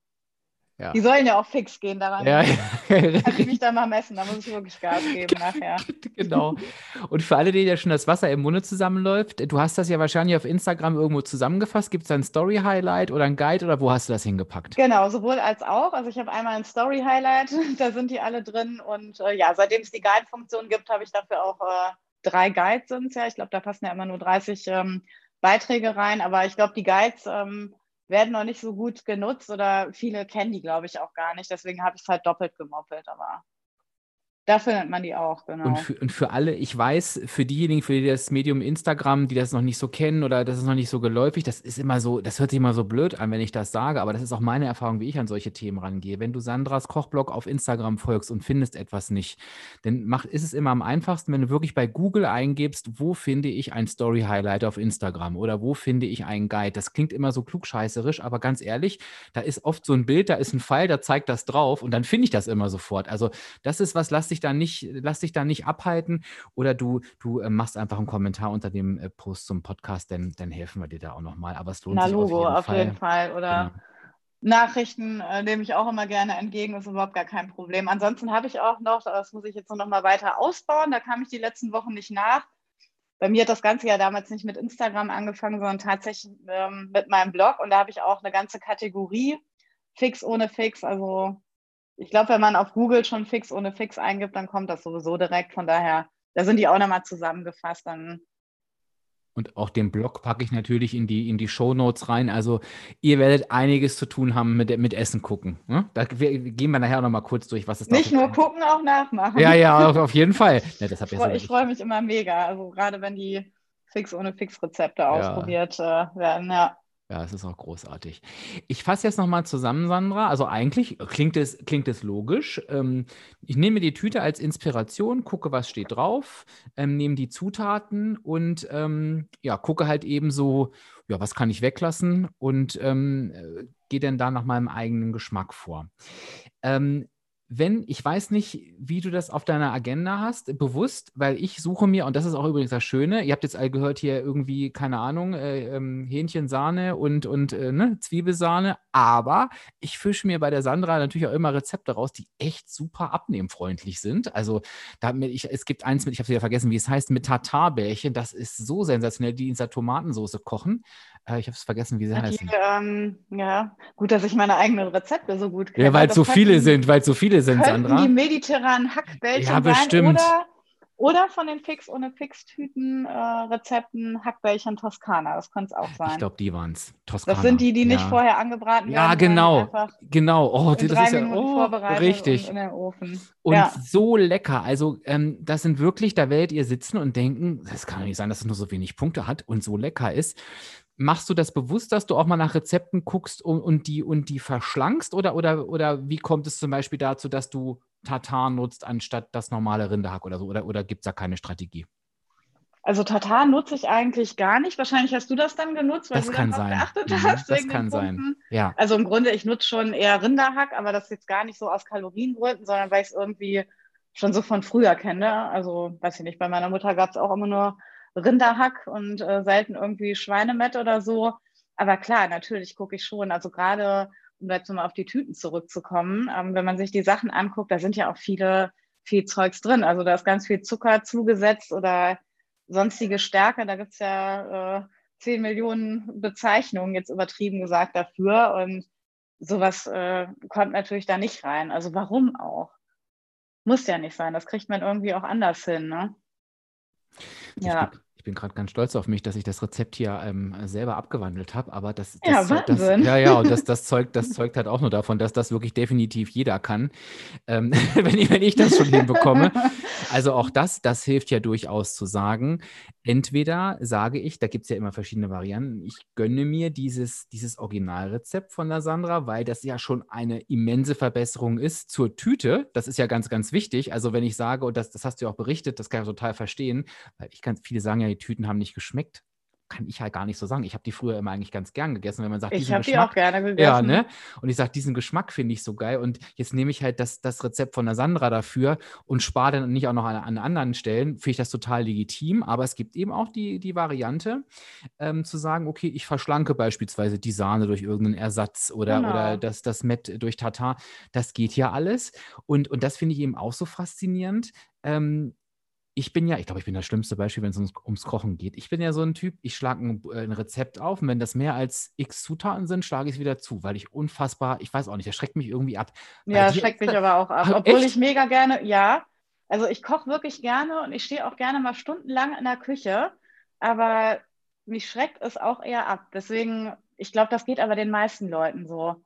die Ja. sollen ja auch fix gehen. Ja, Daran kann ich mich da mal messen. Da muss ich wirklich Gas geben nachher. genau. Und für alle, denen ja schon das Wasser im Munde zusammenläuft, du hast das ja wahrscheinlich auf Instagram irgendwo zusammengefasst. Gibt es da ein Story-Highlight oder ein Guide oder wo hast du das hingepackt? Genau, sowohl als auch. Also ich habe einmal ein Story-Highlight, da sind die alle drin. Und ja, seitdem es die Guide-Funktion gibt, habe ich dafür auch 3 Guides sind es ja. Ich glaube, da passen ja immer nur 30 Beiträge rein. Aber ich glaube, die Guides werden noch nicht so gut genutzt oder viele kennen die, glaube ich, auch gar nicht. Deswegen habe ich es halt doppelt gemoppelt. Aber da findet man die auch, genau. Und für alle, ich weiß, für diejenigen, für die das Medium Instagram, die das noch nicht so kennen oder das ist noch nicht so geläufig, das ist immer so, das hört sich immer so blöd an, wenn ich das sage, aber das ist auch meine Erfahrung, wie ich an solche Themen rangehe. Wenn du Sandras Kochblog auf Instagram folgst und findest etwas nicht, dann ist es immer am einfachsten, wenn du wirklich bei Google eingibst, wo finde ich ein Story-Highlight auf Instagram oder wo finde ich einen Guide. Das klingt immer so klugscheißerisch, aber ganz ehrlich, da ist oft so ein Bild, da ist ein Pfeil, da zeigt das drauf und dann finde ich das immer sofort. Also das ist was, lass dich da nicht abhalten oder du machst einfach einen Kommentar unter dem Post zum Podcast, dann helfen wir dir da auch nochmal. Aber es lohnt Na, sich auf Logo, jeden auf jeden Fall. Fall. Genau. Oder Nachrichten nehme ich auch immer gerne entgegen, ist überhaupt gar kein Problem. Ansonsten habe ich auch noch, das muss ich jetzt noch mal weiter ausbauen, da kam ich die letzten Wochen nicht nach. Bei mir hat das Ganze ja damals nicht mit Instagram angefangen, sondern tatsächlich mit meinem Blog. Und da habe ich auch eine ganze Kategorie, Fix ohne Fix. Also ich glaube, wenn man auf Google schon Fix ohne Fix eingibt, dann kommt das sowieso direkt. Von daher, da sind die auch nochmal zusammengefasst. Dann Und auch den Blog packe ich natürlich in die Shownotes rein. Also ihr werdet einiges zu tun haben mit Essen gucken. Ne? Gehen wir nachher auch noch mal kurz durch, was es da nicht für nur gucken, auch Ja, nachmachen. ja, auf jeden Fall. Ja, das habe ja sogar Ich ich. freue mich immer mega. Also gerade wenn die Fix ohne Fix-Rezepte Ja. ausprobiert werden. Ja. Ja, es ist auch großartig. Ich fasse jetzt nochmal zusammen, Sandra. Also eigentlich klingt es logisch. Ich nehme die Tüte als Inspiration, gucke, was steht drauf, nehme die Zutaten und ja, gucke halt eben so, ja, was kann ich weglassen und gehe dann da nach meinem eigenen Geschmack vor. Ähm, ich weiß nicht, wie du das auf deiner Agenda hast, bewusst, weil ich suche mir, und das ist auch übrigens das Schöne, ihr habt jetzt all gehört hier irgendwie, keine Ahnung, Hähnchensahne und ne, Zwiebelsahne, aber ich fische mir bei der Sandra natürlich auch immer Rezepte raus, die echt super abnehmfreundlich sind. Also es gibt eins mit, ich habe wieder vergessen, wie es heißt, mit Tartarbällchen, das ist so sensationell, die in der Tomatensauce kochen. Ich habe es vergessen, wie sie Die, heißen. ja, gut, dass ich meine eigenen Rezepte so gut Ja, kenne. weil es so viele sind, Könnten die Sandra. mediterranen Ja, Hackbällchen sein bestimmt. oder von den Fix ohne Fix-Tüten Rezepten Hackbällchen Toskana. Das könnte es auch Ich sein. glaube, die waren es. Das sind Toskana. die nicht Ja. vorher angebraten Ja, werden, sondern die genau. einfach Genau. Oh, in das drei ist ja, Minuten oh, vorbereitet und richtig. in den Ofen. Und Ja. so lecker. Also, das sind wirklich, da werdet ihr sitzen und denken, das kann doch nicht sein, dass es nur so wenig Punkte hat und so lecker ist. Machst du das bewusst, dass du auch mal nach Rezepten guckst und die verschlankst? Oder wie kommt es zum Beispiel dazu, dass du Tartar nutzt, anstatt das normale Rinderhack oder so? Oder gibt es da keine Strategie? Also Tartar nutze ich eigentlich gar nicht. Wahrscheinlich hast du das dann genutzt, weil Das du dann kann drauf sein. geachtet Mhm, hast das wegen den kann sein. Punkten. Ja. Also im Grunde, ich nutze schon eher Rinderhack, aber das jetzt gar nicht so aus Kaloriengründen, sondern weil ich es irgendwie schon so von früher kenne. Also weiß ich nicht, bei meiner Mutter gab es auch immer nur Rinderhack und selten irgendwie Schweinemett oder so. Aber klar, natürlich gucke ich schon. Also gerade, um jetzt nochmal auf die Tüten zurückzukommen, wenn man sich die Sachen anguckt, da sind ja auch viel Zeugs drin. Also da ist ganz viel Zucker zugesetzt oder sonstige Stärke. Da gibt es ja 10 Millionen Bezeichnungen, jetzt übertrieben gesagt, dafür. Und sowas kommt natürlich da nicht rein. Also warum auch? Muss ja nicht sein. Das kriegt man irgendwie auch anders hin, ne? Ich bin, Ja. ich bin gerade ganz stolz auf mich, dass ich das Rezept hier selber abgewandelt habe, aber Ja, Wahnsinn. ja, und das zeugt halt auch nur davon, dass das wirklich definitiv jeder kann, wenn ich das schon hinbekomme. Also auch das hilft ja durchaus zu sagen, entweder sage ich, da gibt es ja immer verschiedene Varianten, ich gönne mir dieses Originalrezept von der Sandra, weil das ja schon eine immense Verbesserung ist zur Tüte. Das ist ja ganz, ganz wichtig. Also wenn ich sage, und das hast du ja auch berichtet, das kann ich total verstehen, weil viele sagen ja, die Tüten haben nicht geschmeckt. Kann ich halt gar nicht so sagen. Ich habe die früher immer eigentlich ganz gern gegessen, wenn man sagt, Ich diesen habe die auch Geschmack, gerne ja, ne? gegessen. Und ich sage, diesen Geschmack finde ich so geil. Und jetzt nehme ich halt das Rezept von der Sandra dafür und spare dann nicht auch noch an anderen Stellen. Finde ich das total legitim. Aber es gibt eben auch die Variante, zu sagen, okay, ich verschlanke beispielsweise die Sahne durch irgendeinen Ersatz oder Genau. das Mett durch Tartar. Das geht ja alles. Und das finde ich eben auch so faszinierend. Ich glaube, ich bin das schlimmste Beispiel, wenn es ums Kochen geht. Ich bin ja so ein Typ, ich schlage ein Rezept auf und wenn das mehr als x Zutaten sind, schlage ich es wieder zu, weil ich weiß auch nicht, das schreckt mich irgendwie ab. Bei Ja, dir schreckt ist mich das, aber auch ab. Obwohl ich echt? mega gerne, ja, also ich koche wirklich gerne und ich stehe auch gerne mal stundenlang in der Küche, aber mich schreckt es auch eher ab. Deswegen, ich glaube, das geht aber den meisten Leuten so.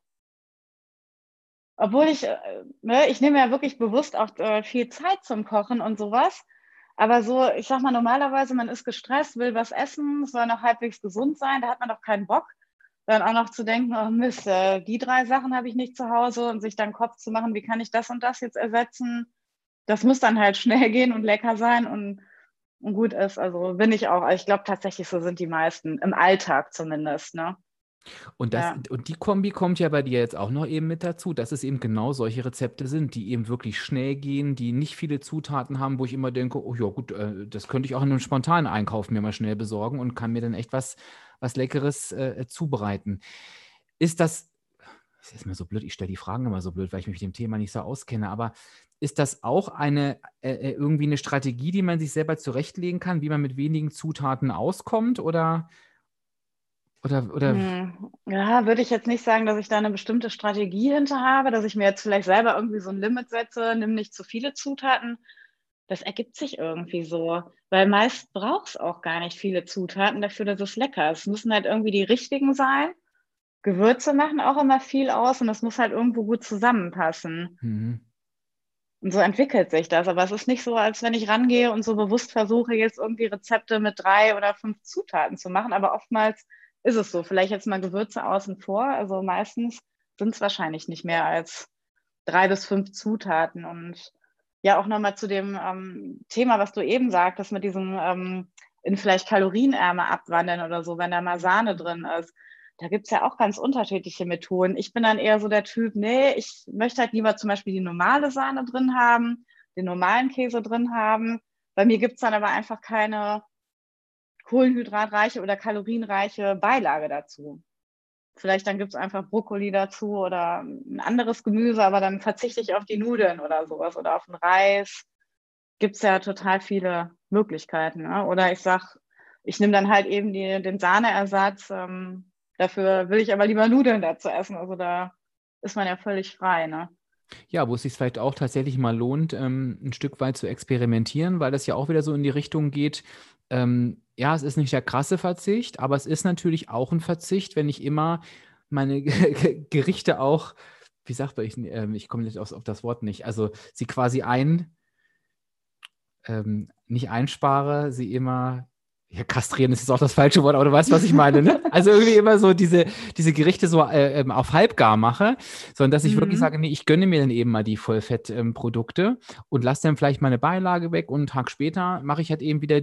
Obwohl ich nehme ja wirklich bewusst auch viel Zeit zum Kochen und sowas. Aber so, ich sag mal, normalerweise, man ist gestresst, will was essen, soll noch halbwegs gesund sein, da hat man doch keinen Bock. Dann auch noch zu denken, oh Mist, die 3 Sachen habe ich nicht zu Hause und sich dann Kopf zu machen, wie kann ich das und das jetzt ersetzen? Das muss dann halt schnell gehen und lecker sein und gut ist. Also bin ich auch. Also ich glaube tatsächlich, so sind die meisten, im Alltag zumindest, ne? Ja. Und die Kombi kommt ja bei dir jetzt auch noch eben mit dazu, dass es eben genau solche Rezepte sind, die eben wirklich schnell gehen, die nicht viele Zutaten haben, wo ich immer denke, oh ja gut, das könnte ich auch in einem spontanen Einkauf mir mal schnell besorgen und kann mir dann echt was Leckeres zubereiten. Ist das ist mir so blöd, ich stelle die Fragen immer so blöd, weil ich mich mit dem Thema nicht so auskenne, aber ist das auch irgendwie eine Strategie, die man sich selber zurechtlegen kann, wie man mit wenigen Zutaten auskommt oder Ja, würde ich jetzt nicht sagen, dass ich da eine bestimmte Strategie hinter habe, dass ich mir jetzt vielleicht selber irgendwie so ein Limit setze, nimm nicht zu viele Zutaten. Das ergibt sich irgendwie so, weil meist braucht es auch gar nicht viele Zutaten dafür, dass es lecker ist. Es müssen halt irgendwie die richtigen sein. Gewürze machen auch immer viel aus und das muss halt irgendwo gut zusammenpassen. mhm. Und so entwickelt sich das. Aber es ist nicht so, als wenn ich rangehe und so bewusst versuche, jetzt irgendwie Rezepte mit 3 oder 5 Zutaten zu machen. Aber oftmals ist es so. Vielleicht jetzt mal Gewürze außen vor. Also meistens sind es wahrscheinlich nicht mehr als 3 bis 5 Zutaten. Und ja, auch nochmal zu dem Thema, was du eben sagtest, mit diesem in vielleicht kalorienärmer abwandeln oder so, wenn da mal Sahne drin ist. Da gibt es ja auch ganz unterschiedliche Methoden. Ich bin dann eher so der Typ, nee, ich möchte halt lieber zum Beispiel die normale Sahne drin haben, den normalen Käse drin haben. Bei mir gibt es dann aber einfach keine kohlenhydratreiche oder kalorienreiche Beilage dazu. Vielleicht dann gibt es einfach Brokkoli dazu oder ein anderes Gemüse, aber dann verzichte ich auf die Nudeln oder sowas oder auf den Reis. Gibt es ja total viele Möglichkeiten. Ne? Oder ich sag, ich nehme dann halt eben den Sahneersatz. Dafür will ich aber lieber Nudeln dazu essen. Also da ist man ja völlig frei. Ne? Ja, wo es sich vielleicht auch tatsächlich mal lohnt, ein Stück weit zu experimentieren, weil das ja auch wieder so in die Richtung geht. Ja, es ist nicht der krasse Verzicht, aber es ist natürlich auch ein Verzicht, wenn ich immer meine Gerichte auch, wie sagt man, ich komme nicht auf das Wort nicht, also sie quasi nicht einspare, sie immer. Ja, kastrieren ist jetzt auch das falsche Wort, aber du weißt, was ich meine, ne? Also irgendwie immer so diese Gerichte so auf halbgar mache, sondern dass ich wirklich Mhm. sage, nee, ich gönne mir dann eben mal die Vollfett-Produkte und lasse dann vielleicht meine Beilage weg und einen Tag später mache ich halt eben wieder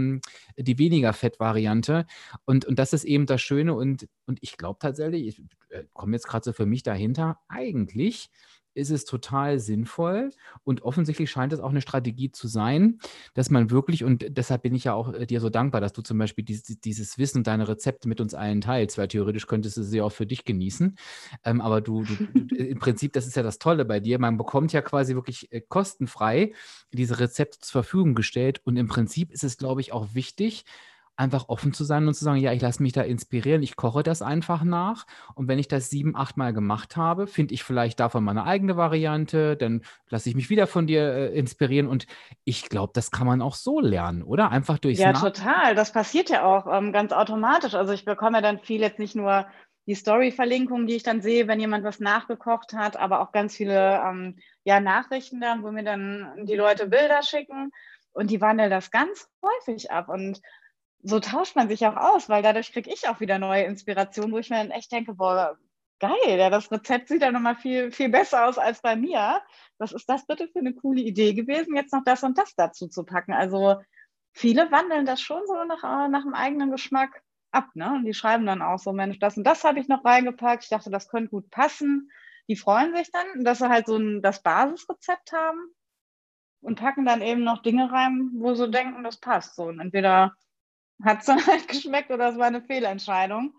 die weniger Fett-Variante. Und das ist eben das Schöne und ich glaube tatsächlich, ich komme jetzt gerade so für mich dahinter, eigentlich ist es total sinnvoll und offensichtlich scheint es auch eine Strategie zu sein, dass man wirklich, und deshalb bin ich ja auch dir so dankbar, dass du zum Beispiel dieses Wissen und deine Rezepte mit uns allen teilst, weil theoretisch könntest du sie auch für dich genießen. Aber im Prinzip, das ist ja das Tolle bei dir, man bekommt ja quasi wirklich kostenfrei diese Rezepte zur Verfügung gestellt und im Prinzip ist es, glaube ich, auch wichtig, einfach offen zu sein und zu sagen, ja, ich lasse mich da inspirieren, ich koche das einfach nach und wenn ich das 7, 8 Mal gemacht habe, finde ich vielleicht davon meine eigene Variante, dann lasse ich mich wieder von dir inspirieren und ich glaube, das kann man auch so lernen, oder? Einfach durchs Ja, Nach. total. Das passiert ja auch ganz automatisch. Also ich bekomme ja dann viel jetzt nicht nur die Story-Verlinkungen, die ich dann sehe, wenn jemand was nachgekocht hat, aber auch ganz viele ja, Nachrichten dann, wo mir dann die Leute Bilder schicken und die wandeln das ganz häufig ab. Und so tauscht man sich auch aus, weil dadurch kriege ich auch wieder neue Inspirationen, wo ich mir dann echt denke, boah, geil, ja, das Rezept sieht ja nochmal viel, viel besser aus als bei mir. Was ist das bitte für eine coole Idee gewesen, jetzt noch das und das dazu zu packen? Also viele wandeln das schon so nach dem eigenen Geschmack ab, ne? Und die schreiben dann auch so, Mensch, das und das habe ich noch reingepackt. Ich dachte, das könnte gut passen. Die freuen sich dann, dass sie halt so das Basisrezept haben und packen dann eben noch Dinge rein, wo sie denken, das passt so. Und entweder hat es dann halt geschmeckt oder es war eine Fehlentscheidung.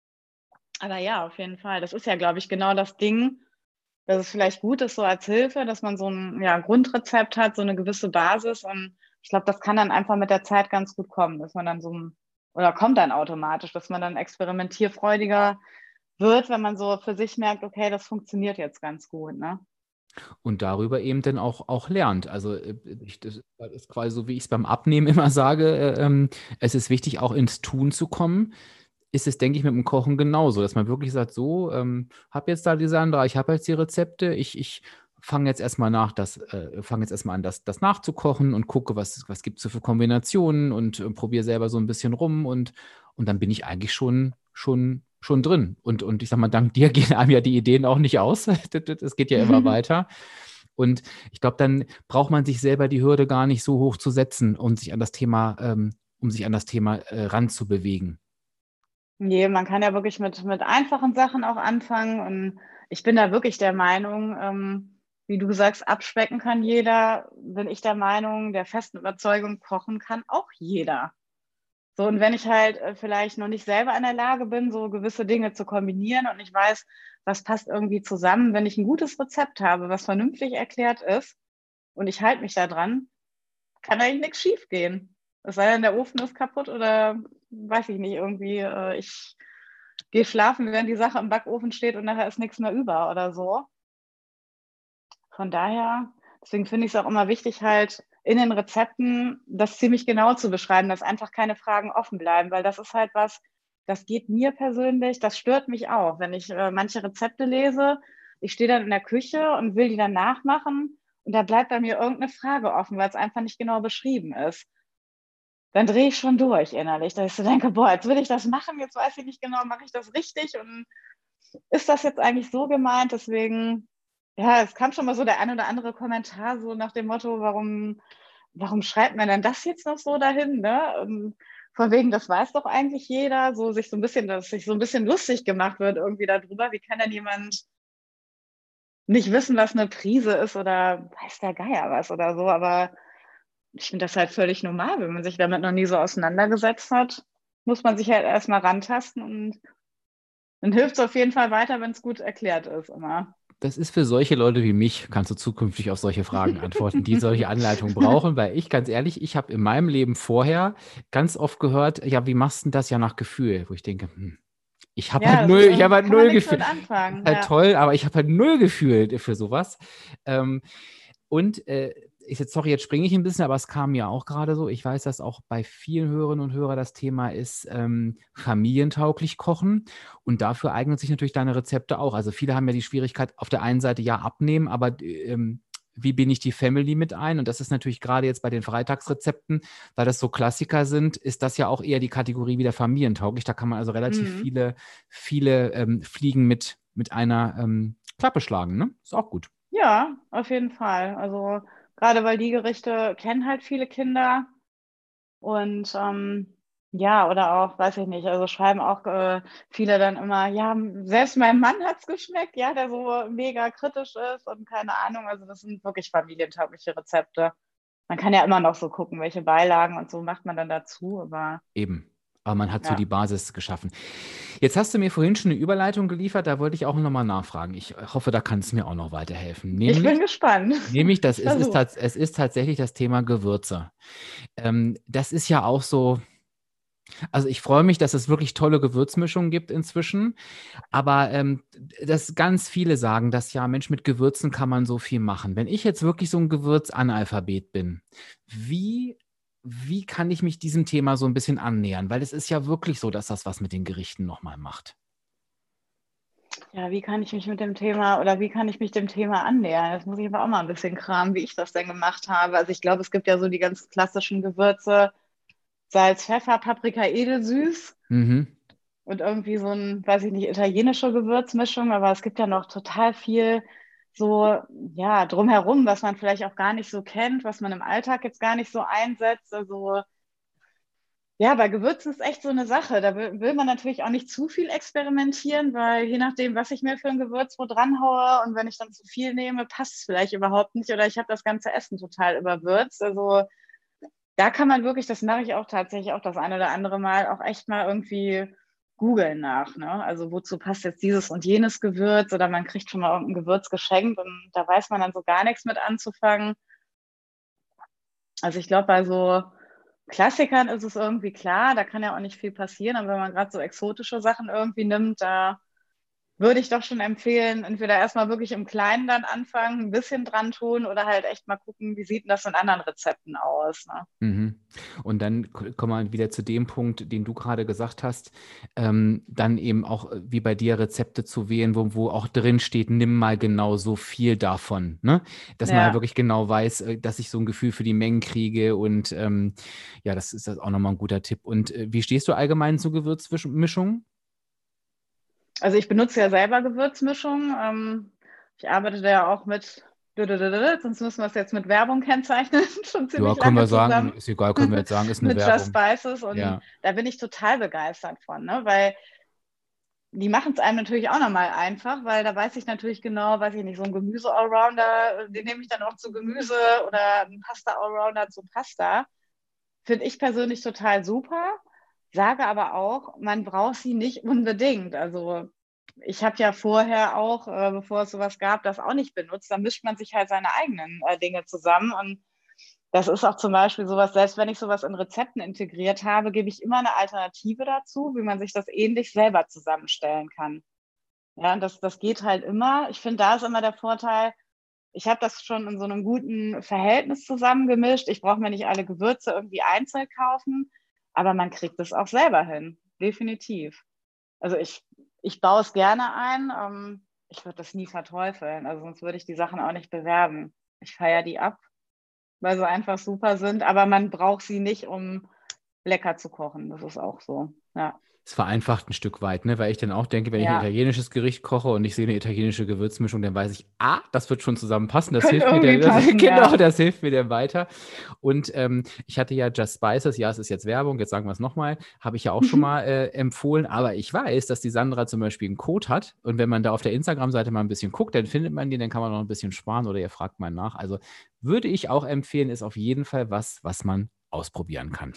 Aber ja, auf jeden Fall. Das ist ja, glaube ich, genau das Ding, dass es vielleicht gut ist, so als Hilfe, dass man so ein ja, Grundrezept hat, so eine gewisse Basis. Und ich glaube, das kann dann einfach mit der Zeit ganz gut kommen, dass man dann oder kommt dann automatisch, dass man dann experimentierfreudiger wird, wenn man so für sich merkt, okay, das funktioniert jetzt ganz gut, ne? Und darüber eben dann auch lernt. Also das ist quasi so, wie ich es beim Abnehmen immer sage, es ist wichtig, auch ins Tun zu kommen. Ist es, denke ich, mit dem Kochen genauso, dass man wirklich sagt, so, habe jetzt da die Sandra, ich habe jetzt die Rezepte, ich fange jetzt erstmal fange jetzt erstmal an, das nachzukochen und gucke, was gibt es so für Kombinationen und probiere selber so ein bisschen rum und dann bin ich eigentlich schon drin. Und ich sag mal, dank dir gehen einem ja die Ideen auch nicht aus. Das geht ja immer weiter. Und ich glaube, dann braucht man sich selber die Hürde gar nicht so hoch zu setzen, um sich an das Thema ranzubewegen. Nee, man kann ja wirklich mit einfachen Sachen auch anfangen. Und ich bin da wirklich der Meinung, wie du sagst, abspecken kann jeder. Bin ich der Meinung, der festen Überzeugung, kochen kann auch jeder. So, und wenn ich halt vielleicht noch nicht selber in der Lage bin, so gewisse Dinge zu kombinieren und ich weiß, was passt irgendwie zusammen, wenn ich ein gutes Rezept habe, was vernünftig erklärt ist und ich halte mich da dran, kann eigentlich nichts schief gehen. Es sei denn, der Ofen ist kaputt oder weiß ich nicht, irgendwie, ich gehe schlafen, während die Sache im Backofen steht und nachher ist nichts mehr über oder so. Von daher, deswegen finde ich es auch immer wichtig, halt in den Rezepten das ziemlich genau zu beschreiben, dass einfach keine Fragen offen bleiben, weil das ist halt was, das geht mir persönlich, das stört mich auch, wenn ich manche Rezepte lese. Ich stehe dann in der Küche und will die dann nachmachen und da bleibt bei mir irgendeine Frage offen, weil es einfach nicht genau beschrieben ist. Dann drehe ich schon durch innerlich, dass ich so denke, boah, jetzt will ich das machen, jetzt weiß ich nicht genau, mache ich das richtig und ist das jetzt eigentlich so gemeint? Deswegen, ja, es kam schon mal so der ein oder andere Kommentar so nach dem Motto, warum schreibt man denn das jetzt noch so dahin, ne? Von wegen, das weiß doch eigentlich jeder, so sich so ein bisschen, dass sich so ein bisschen lustig gemacht wird irgendwie darüber. Wie kann denn jemand nicht wissen, was eine Prise ist oder weiß der Geier was oder so? Aber ich finde das halt völlig normal, wenn man sich damit noch nie so auseinandergesetzt hat, muss man sich halt erstmal rantasten und dann hilft es auf jeden Fall weiter, wenn es gut erklärt ist immer. Das ist für solche Leute wie mich, kannst du zukünftig auf solche Fragen antworten, die solche Anleitungen brauchen, weil ich, ganz ehrlich, ich habe in meinem Leben vorher ganz oft gehört, ja, wie machst du denn das ja nach Gefühl? Wo ich denke, Ja, das ist, ich habe halt kann man null nichts Gefühl. mit Ist anfangen. halt Ja. toll, aber ich habe halt null Gefühl für sowas. Und sorry, jetzt springe ich ein bisschen, aber es kam mir auch gerade so. Ich weiß, dass auch bei vielen Hörerinnen und Hörern das Thema ist, familientauglich kochen. Und dafür eignen sich natürlich deine Rezepte auch. Also viele haben ja die Schwierigkeit, auf der einen Seite ja abnehmen, aber wie binde ich die Family mit ein? Und das ist natürlich gerade jetzt bei den Freitagsrezepten, weil das so Klassiker sind, ist das ja auch eher die Kategorie wieder familientauglich. Da kann man also relativ Mhm. viele Fliegen mit einer Klappe schlagen, ne? Ist auch gut. Ja, auf jeden Fall. Also gerade weil die Gerichte kennen halt viele Kinder und ja, oder auch, weiß ich nicht, also schreiben auch viele dann immer, ja, selbst meinem Mann hat's geschmeckt, ja, der so mega kritisch ist und keine Ahnung. Also das sind wirklich familientaugliche Rezepte. Man kann ja immer noch so gucken, welche Beilagen und so macht man dann dazu, aber Eben. Aber man hat so die ja. Basis geschaffen. Jetzt hast du mir vorhin schon eine Überleitung geliefert, da wollte ich auch nochmal nachfragen. Ich hoffe, da kannst du mir auch noch weiterhelfen. Ich bin Nämlich, gespannt. nämlich Ich versuch's. es ist tatsächlich das Thema Gewürze. Das ist ja auch so, also ich freue mich, dass es wirklich tolle Gewürzmischungen gibt inzwischen, aber dass ganz viele sagen, dass ja, Mensch, mit Gewürzen kann man so viel machen. Wenn ich jetzt wirklich so ein Gewürzanalphabet bin, wie, wie kann ich mich diesem Thema so ein bisschen annähern? Weil es ist ja wirklich so, dass das was mit den Gerichten nochmal macht. Ja, wie kann ich mich mit dem Thema oder wie kann ich mich dem Thema annähern? Jetzt muss ich aber auch mal ein bisschen kramen, wie ich das denn gemacht habe. Also ich glaube, es gibt ja so die ganz klassischen Gewürze, Salz, Pfeffer, Paprika, edelsüß Mhm. und irgendwie so ein, weiß ich nicht, italienische Gewürzmischung, aber es gibt ja noch total viel so, ja, drumherum, was man vielleicht auch gar nicht so kennt, was man im Alltag jetzt gar nicht so einsetzt. Also ja, bei Gewürzen ist echt so eine Sache. Da will man natürlich auch nicht zu viel experimentieren, weil je nachdem, was ich mir für ein Gewürz wo dranhaue und wenn ich dann zu viel nehme, passt es vielleicht überhaupt nicht oder ich habe das ganze Essen total überwürzt. Also da kann man wirklich, das mache ich auch tatsächlich auch das eine oder andere Mal, auch echt mal irgendwie googeln nach. Ne? Also wozu passt jetzt dieses und jenes Gewürz oder man kriegt schon mal irgendein Gewürz geschenkt und da weiß man dann so gar nichts mit anzufangen. Also ich glaube, bei so Klassikern ist es irgendwie klar, da kann ja auch nicht viel passieren, aber wenn man gerade so exotische Sachen irgendwie nimmt, da würde ich doch schon empfehlen, entweder erstmal wirklich im Kleinen dann anfangen, ein bisschen dran tun oder halt echt mal gucken, wie sieht denn das in anderen Rezepten aus. Ne? Mhm. Und dann kommen wir wieder zu dem Punkt, den du gerade gesagt hast, dann eben auch wie bei dir Rezepte zu wählen, wo auch drin steht, nimm mal genau so viel davon, ne? Dass man halt Ja, wirklich genau weiß, dass ich so ein Gefühl für die Mengen kriege und ja, das auch nochmal ein guter Tipp. Und wie stehst du allgemein zu Gewürzmischungen? also ich benutze ja selber Gewürzmischungen. Ich arbeite da ja auch mit, sonst müssen wir es jetzt mit Werbung kennzeichnen, schon Ja, ziemlich können wir lange sagen, zusammen ist egal, können wir jetzt sagen, ist eine mit Just Werbung. Spices und Ja. da bin ich total begeistert von, ne? Weil die machen es einem natürlich auch nochmal einfach, weil da weiß ich natürlich genau, weiß ich nicht, so ein Gemüse-Allrounder, den nehme ich dann auch zu Gemüse oder ein Pasta-Allrounder zu Pasta. Finde ich persönlich total super, sage aber auch, man braucht sie nicht unbedingt. Also ich habe ja vorher auch, bevor es sowas gab, das auch nicht benutzt. Da mischt man sich halt seine eigenen Dinge zusammen und das ist auch zum Beispiel sowas, selbst wenn ich sowas in Rezepten integriert habe, gebe ich immer eine Alternative dazu, wie man sich das ähnlich selber zusammenstellen kann. Ja, und das geht halt immer. Ich finde, da ist immer der Vorteil, ich habe das schon in so einem guten Verhältnis zusammengemischt. Ich brauche mir nicht alle Gewürze irgendwie einzeln kaufen, aber man kriegt es auch selber hin. Definitiv. Also ich baue es gerne ein. Ich würde das nie verteufeln. Also sonst würde ich die Sachen auch nicht bewerben. Ich feiere die ab, weil sie einfach super sind, aber man braucht sie nicht, um lecker zu kochen. Das ist auch so. Ja. Es vereinfacht ein Stück weit, ne? Weil ich dann auch denke, wenn ich ein Ja. italienisches Gericht koche und ich sehe eine italienische Gewürzmischung, dann weiß ich, das wird schon zusammenpassen. Das Könnte hilft mir, irgendwie passen, genau, ja. das hilft mir dann weiter. Und ich hatte ja Just Spices, ja, es ist jetzt Werbung, jetzt sagen wir es nochmal, habe ich ja auch schon mal empfohlen, aber ich weiß, dass die Sandra zum Beispiel einen Code hat und wenn man da auf der Instagram-Seite mal ein bisschen guckt, dann findet man den, dann kann man noch ein bisschen sparen oder ihr fragt mal nach. Also würde ich auch empfehlen, ist auf jeden Fall was man ausprobieren kann.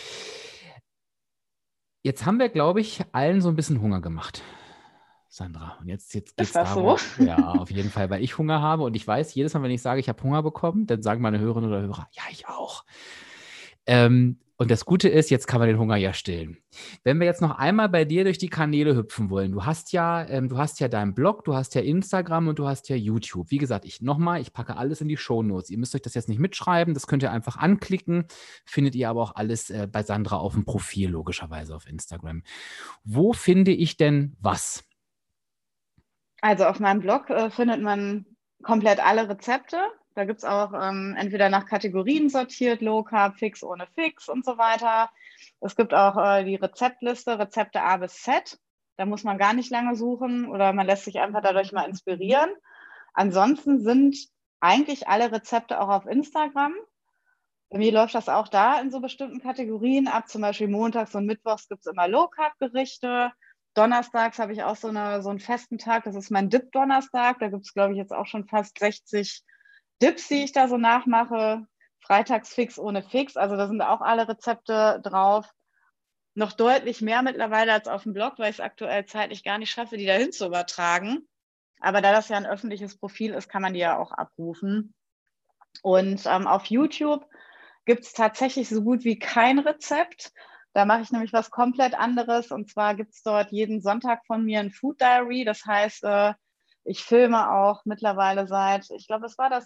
Jetzt haben wir, glaube ich, allen so ein bisschen Hunger gemacht, Sandra. Und jetzt geht Ist es das so? darum, ja, auf jeden Fall, weil ich Hunger habe und ich weiß, jedes Mal, wenn ich sage, ich habe Hunger bekommen, dann sagen meine Hörerinnen oder Hörer, ja, ich auch. Und das Gute ist, jetzt kann man den Hunger ja stillen. Wenn wir jetzt noch einmal bei dir durch die Kanäle hüpfen wollen, du hast ja deinen Blog, du hast ja Instagram und du hast ja YouTube. Wie gesagt, ich packe alles in die Shownotes. Ihr müsst euch das jetzt nicht mitschreiben, das könnt ihr einfach anklicken, findet ihr aber auch alles bei Sandra auf dem Profil, logischerweise auf Instagram. Wo finde ich denn was? Also auf meinem Blog findet man komplett alle Rezepte. Da gibt es auch entweder nach Kategorien sortiert, Low Carb, Fix, ohne Fix und so weiter. Es gibt auch die Rezeptliste, Rezepte A bis Z. Da muss man gar nicht lange suchen oder man lässt sich einfach dadurch mal inspirieren. Ansonsten sind eigentlich alle Rezepte auch auf Instagram. Bei mir läuft das auch da in so bestimmten Kategorien ab. Zum Beispiel montags und mittwochs gibt es immer Low-Carb-Gerichte. Donnerstags habe ich auch so einen festen Tag. Das ist mein Dip-Donnerstag. Da gibt es, glaube ich, jetzt auch schon fast 60 Dips, die ich da so nachmache. Freitags Fix ohne Fix. Also da sind auch alle Rezepte drauf. Noch deutlich mehr mittlerweile als auf dem Blog, weil ich es aktuell zeitlich gar nicht schaffe, die dahin zu übertragen. Aber da das ja ein öffentliches Profil ist, kann man die ja auch abrufen. Und auf YouTube gibt es tatsächlich so gut wie kein Rezept. Da mache ich nämlich was komplett anderes. Und zwar gibt es dort jeden Sonntag von mir ein Food Diary. Das heißt, ich filme auch mittlerweile seit, ich glaube, es war das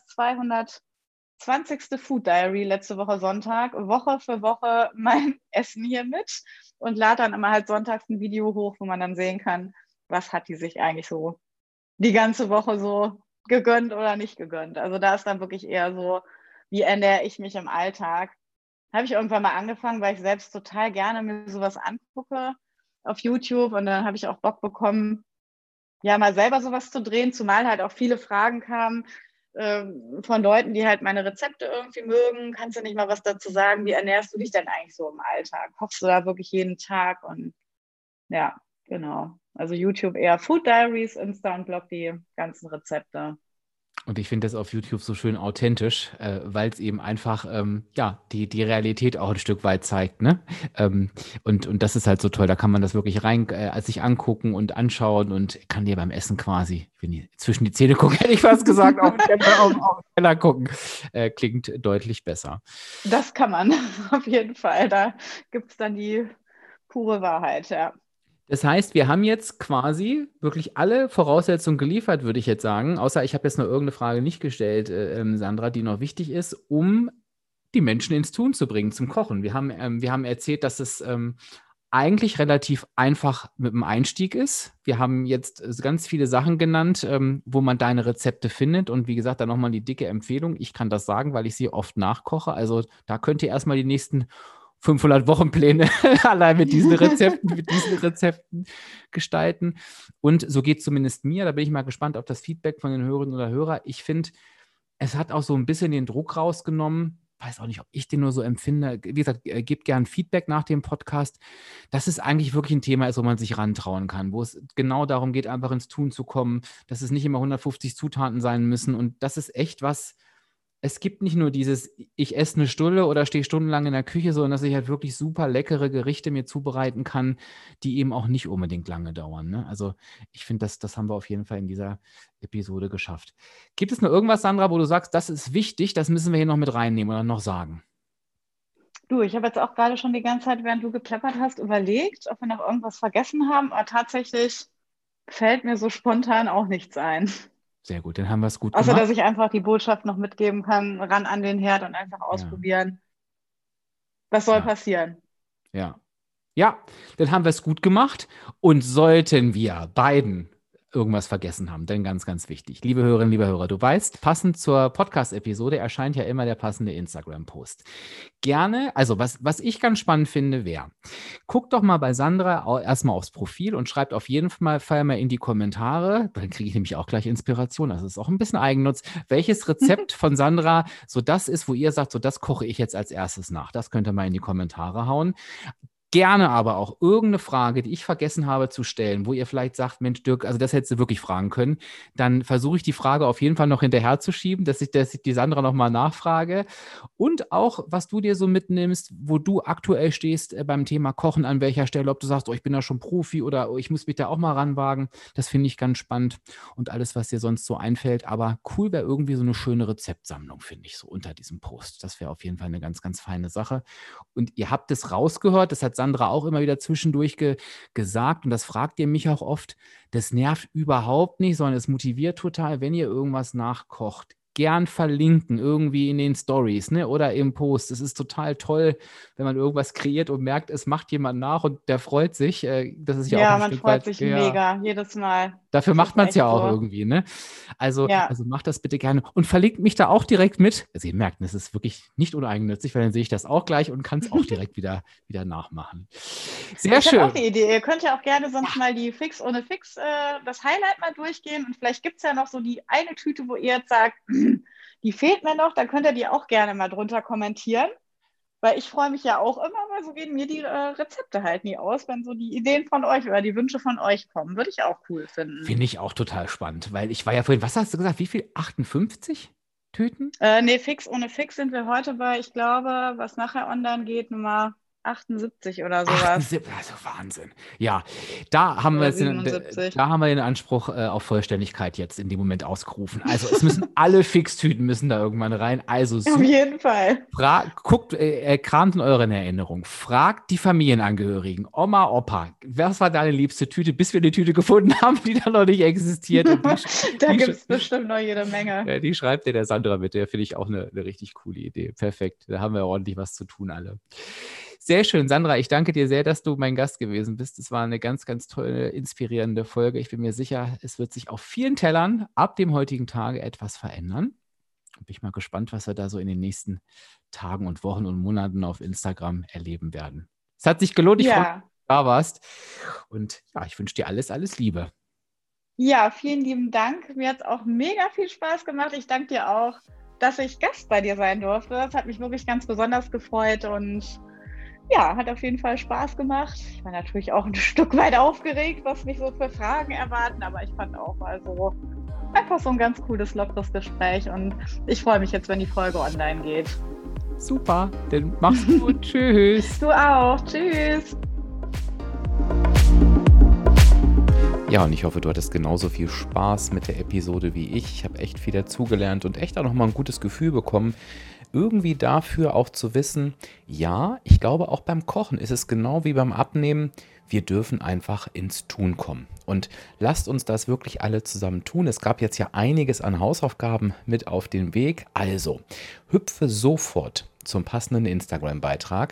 220. Food Diary letzte Woche Sonntag, Woche für Woche mein Essen hier mit und lade dann immer halt sonntags ein Video hoch, wo man dann sehen kann, was hat die sich eigentlich so die ganze Woche so gegönnt oder nicht gegönnt. Also da ist dann wirklich eher so, wie ernähre ich mich im Alltag. Habe ich irgendwann mal angefangen, weil ich selbst total gerne mir sowas angucke auf YouTube und dann habe ich auch Bock bekommen, ja, mal selber sowas zu drehen, zumal halt auch viele Fragen kamen von Leuten, die halt meine Rezepte irgendwie mögen. Kannst du nicht mal was dazu sagen? Wie ernährst du dich denn eigentlich so im Alltag? Kochst du da wirklich jeden Tag? Und ja, genau. Also YouTube eher Food Diaries, Insta und Blog die ganzen Rezepte. Und ich finde das auf YouTube so schön authentisch, weil es eben einfach ja, die Realität auch ein Stück weit zeigt, ne? Und das ist halt so toll. Da kann man das wirklich rein sich angucken und anschauen und kann dir beim Essen quasi, wenn die zwischen die Zähne gucken, hätte ich fast gesagt, auf den Teller gucken. Klingt deutlich besser. Das kann man auf jeden Fall. Da gibt es dann die pure Wahrheit, ja. Das heißt, wir haben jetzt quasi wirklich alle Voraussetzungen geliefert, würde ich jetzt sagen. Außer ich habe jetzt noch irgendeine Frage nicht gestellt, Sandra, die noch wichtig ist, um die Menschen ins Tun zu bringen, zum Kochen. Wir haben erzählt, dass es eigentlich relativ einfach mit dem Einstieg ist. Wir haben jetzt ganz viele Sachen genannt, wo man deine Rezepte findet. Und wie gesagt, dann nochmal die dicke Empfehlung. Ich kann das sagen, weil ich sie oft nachkoche. Also da könnt ihr erstmal die nächsten 500 Wochenpläne allein mit diesen Rezepten gestalten. Und so geht es zumindest mir. Da bin ich mal gespannt auf das Feedback von den Hörerinnen oder Hörern. Ich finde, es hat auch so ein bisschen den Druck rausgenommen. Weiß auch nicht, ob ich den nur so empfinde. Wie gesagt, gebt gern Feedback nach dem Podcast, dass es eigentlich wirklich ein Thema ist, wo man sich rantrauen kann, wo es genau darum geht, einfach ins Tun zu kommen, dass es nicht immer 150 Zutaten sein müssen. Und das ist echt was. Es gibt nicht nur dieses, ich esse eine Stulle oder stehe stundenlang in der Küche, sondern dass ich halt wirklich super leckere Gerichte mir zubereiten kann, die eben auch nicht unbedingt lange dauern. Ne? Also ich finde, das haben wir auf jeden Fall in dieser Episode geschafft. Gibt es noch irgendwas, Sandra, wo du sagst, das ist wichtig, das müssen wir hier noch mit reinnehmen oder noch sagen? Du, ich habe jetzt auch gerade schon die ganze Zeit, während du geplappert hast, überlegt, ob wir noch irgendwas vergessen haben, aber tatsächlich fällt mir so spontan auch nichts ein. Sehr gut, dann haben wir es gut Außer, gemacht. dass ich einfach die Botschaft noch mitgeben kann, ran an den Herd und einfach Ja, ausprobieren. Was soll ja, passieren? ja. Ja, dann haben wir es gut gemacht. Und sollten wir beiden irgendwas vergessen haben, denn ganz, ganz wichtig. Liebe Hörerinnen, liebe Hörer, du weißt, passend zur Podcast-Episode erscheint ja immer der passende Instagram-Post. Gerne, also was ich ganz spannend finde, wäre, guckt doch mal bei Sandra erstmal aufs Profil und schreibt auf jeden Fall mal in die Kommentare, dann kriege ich nämlich auch gleich Inspiration, also ist auch ein bisschen Eigennutz, welches Rezept von Sandra so das ist, wo ihr sagt, so das koche ich jetzt als erstes nach. Das könnt ihr mal in die Kommentare hauen. Gerne aber auch irgendeine Frage, die ich vergessen habe zu stellen, wo ihr vielleicht sagt, Mensch, Dirk, also das hättest du wirklich fragen können, dann versuche ich die Frage auf jeden Fall noch hinterher zu schieben, dass ich die Sandra nochmal nachfrage. Und auch, was du dir so mitnimmst, wo du aktuell stehst beim Thema Kochen, an welcher Stelle, ob du sagst, oh, ich bin da schon Profi oder oh, ich muss mich da auch mal ranwagen. Das finde ich ganz spannend und alles, was dir sonst so einfällt. Aber cool wäre irgendwie so eine schöne Rezeptsammlung, finde ich, so unter diesem Post. Das wäre auf jeden Fall eine ganz, ganz feine Sache. Und ihr habt es rausgehört, das hat Sandra auch immer wieder zwischendurch gesagt und das fragt ihr mich auch oft. Das nervt überhaupt nicht, sondern es motiviert total, wenn ihr irgendwas nachkocht. Gern verlinken, irgendwie in den Stories, ne? Oder im Post. Es ist total toll, wenn man irgendwas kreiert und merkt, es macht jemand nach und der freut sich. Das ist ja auch Ja, ein man Stück freut weit, sich ja, mega, jedes Mal. Dafür Das macht ist man es ja echt auch so. irgendwie, ne? Also Ja. macht das bitte gerne und verlinkt mich da auch direkt mit. Also ihr merkt, das ist wirklich nicht uneigennützig, weil dann sehe ich das auch gleich und kann es auch direkt wieder nachmachen. Sehr Ich habe auch schön. eine Idee. Ihr könnt ja auch gerne sonst mal die Fix ohne Fix, das Highlight mal durchgehen. Und vielleicht gibt es ja noch so die eine Tüte, wo ihr jetzt sagt, die fehlt mir noch. Dann könnt ihr die auch gerne mal drunter kommentieren. Weil ich freue mich ja auch immer, weil so gehen mir die Rezepte halt nie aus, wenn so die Ideen von euch oder die Wünsche von euch kommen. Würde ich auch cool finden. Finde ich auch total spannend, weil ich war ja vorhin, was hast du gesagt, wie viel? 58 Tüten? Nee, Fix ohne Fix sind wir heute bei, ich glaube, was nachher online geht, Nummer 78 oder sowas. 78, also Wahnsinn. Ja, da haben wir Oder 77. den Anspruch auf Vollständigkeit jetzt in dem Moment ausgerufen. Also es müssen alle Fixtüten müssen da irgendwann rein. Also Auf jeden Fall. kramt in euren Erinnerungen. Fragt die Familienangehörigen, Oma, Opa, was war deine liebste Tüte, bis wir eine Tüte gefunden haben, die da noch nicht existiert. Da gibt es bestimmt noch jede Menge. Ja, die schreibt dir der Sandra mit. Der finde ich auch eine richtig coole Idee. Perfekt. Da haben wir ordentlich was zu tun alle. Sehr schön, Sandra. Ich danke dir sehr, dass du mein Gast gewesen bist. Es war eine ganz, ganz tolle, inspirierende Folge. Ich bin mir sicher, es wird sich auf vielen Tellern ab dem heutigen Tage etwas verändern. Bin ich mal gespannt, was wir da so in den nächsten Tagen und Wochen und Monaten auf Instagram erleben werden. Es hat sich gelohnt. Ich freue mich, dass du da warst. Und ja, ich wünsche dir alles, alles Liebe. Ja, vielen lieben Dank. Mir hat es auch mega viel Spaß gemacht. Ich danke dir auch, dass ich Gast bei dir sein durfte. Das hat mich wirklich ganz besonders gefreut und ja, hat auf jeden Fall Spaß gemacht. Ich war natürlich auch ein Stück weit aufgeregt, was mich so für Fragen erwarten, aber ich fand auch also einfach so ein ganz cooles, lockeres Gespräch und ich freue mich jetzt, wenn die Folge online geht. Super, dann mach's gut. Tschüss. Du auch. Tschüss. Ja, und ich hoffe, du hattest genauso viel Spaß mit der Episode wie ich. Ich habe echt viel dazugelernt und echt auch nochmal ein gutes Gefühl bekommen, irgendwie dafür auch zu wissen, ja, ich glaube auch beim Kochen ist es genau wie beim Abnehmen, wir dürfen einfach ins Tun kommen. Und lasst uns das wirklich alle zusammen tun. Es gab jetzt ja einiges an Hausaufgaben mit auf den Weg. Also, hüpfe sofort zum passenden Instagram-Beitrag,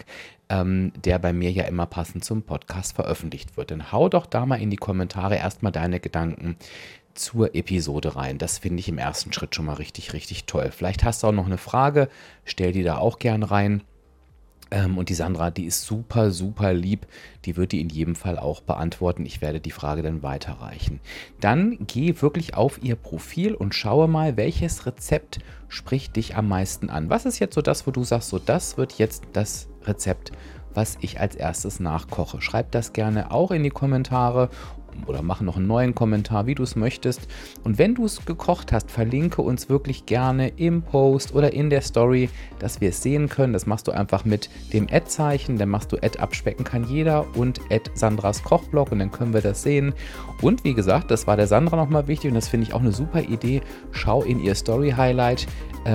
der bei mir ja immer passend zum Podcast veröffentlicht wird. Dann hau doch da mal in die Kommentare erstmal deine Gedanken zur Episode rein. Das finde ich im ersten Schritt schon mal richtig, richtig toll. Vielleicht hast du auch noch eine Frage, stell die da auch gern rein. Und die Sandra, die ist super, super lieb. Die wird die in jedem Fall auch beantworten. Ich werde die Frage dann weiterreichen. Dann geh wirklich auf ihr Profil und schaue mal, welches Rezept spricht dich am meisten an. Was ist jetzt so das, wo du sagst, so das wird jetzt das Rezept, was ich als erstes nachkoche. Schreib das gerne auch in die Kommentare oder mach noch einen neuen Kommentar, wie du es möchtest. Und wenn du es gekocht hast, verlinke uns wirklich gerne im Post oder in der Story, dass wir es sehen können. Das machst du einfach mit dem Ad-Zeichen, dann machst du @abspecken kann jeder und @Sandras Kochblog und dann können wir das sehen. Und wie gesagt, das war der Sandra nochmal wichtig und das finde ich auch eine super Idee. Schau in ihr Story-Highlight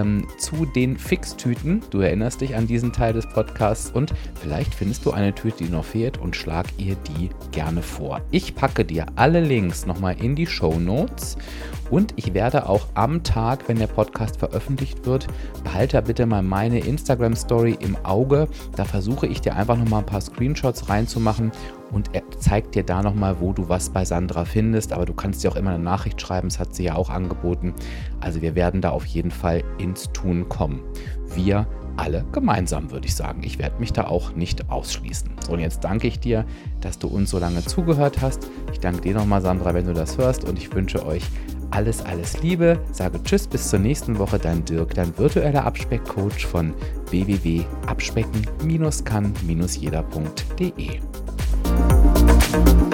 zu den Fixtüten. Du erinnerst dich an diesen Teil des Podcasts und vielleicht findest du eine Tüte, die noch fehlt und schlag ihr die gerne vor. Ich packe dir alle Links nochmal in die Shownotes und ich werde auch am Tag, wenn der Podcast veröffentlicht wird, behalte bitte mal meine Instagram-Story im Auge. Da versuche ich dir einfach nochmal ein paar Screenshots reinzumachen und er zeigt dir da nochmal, wo du was bei Sandra findest. Aber du kannst dir auch immer eine Nachricht schreiben, das hat sie ja auch angeboten. Also wir werden da auf jeden Fall ins Tun kommen. Wir alle gemeinsam, würde ich sagen. Ich werde mich da auch nicht ausschließen. So, und jetzt danke ich dir, dass du uns so lange zugehört hast. Ich danke dir nochmal, Sandra, wenn du das hörst und ich wünsche euch alles, alles Liebe. Sage Tschüss, bis zur nächsten Woche. Dein Dirk, dein virtueller Abspeckcoach von www.abspecken-kann-jeder.de.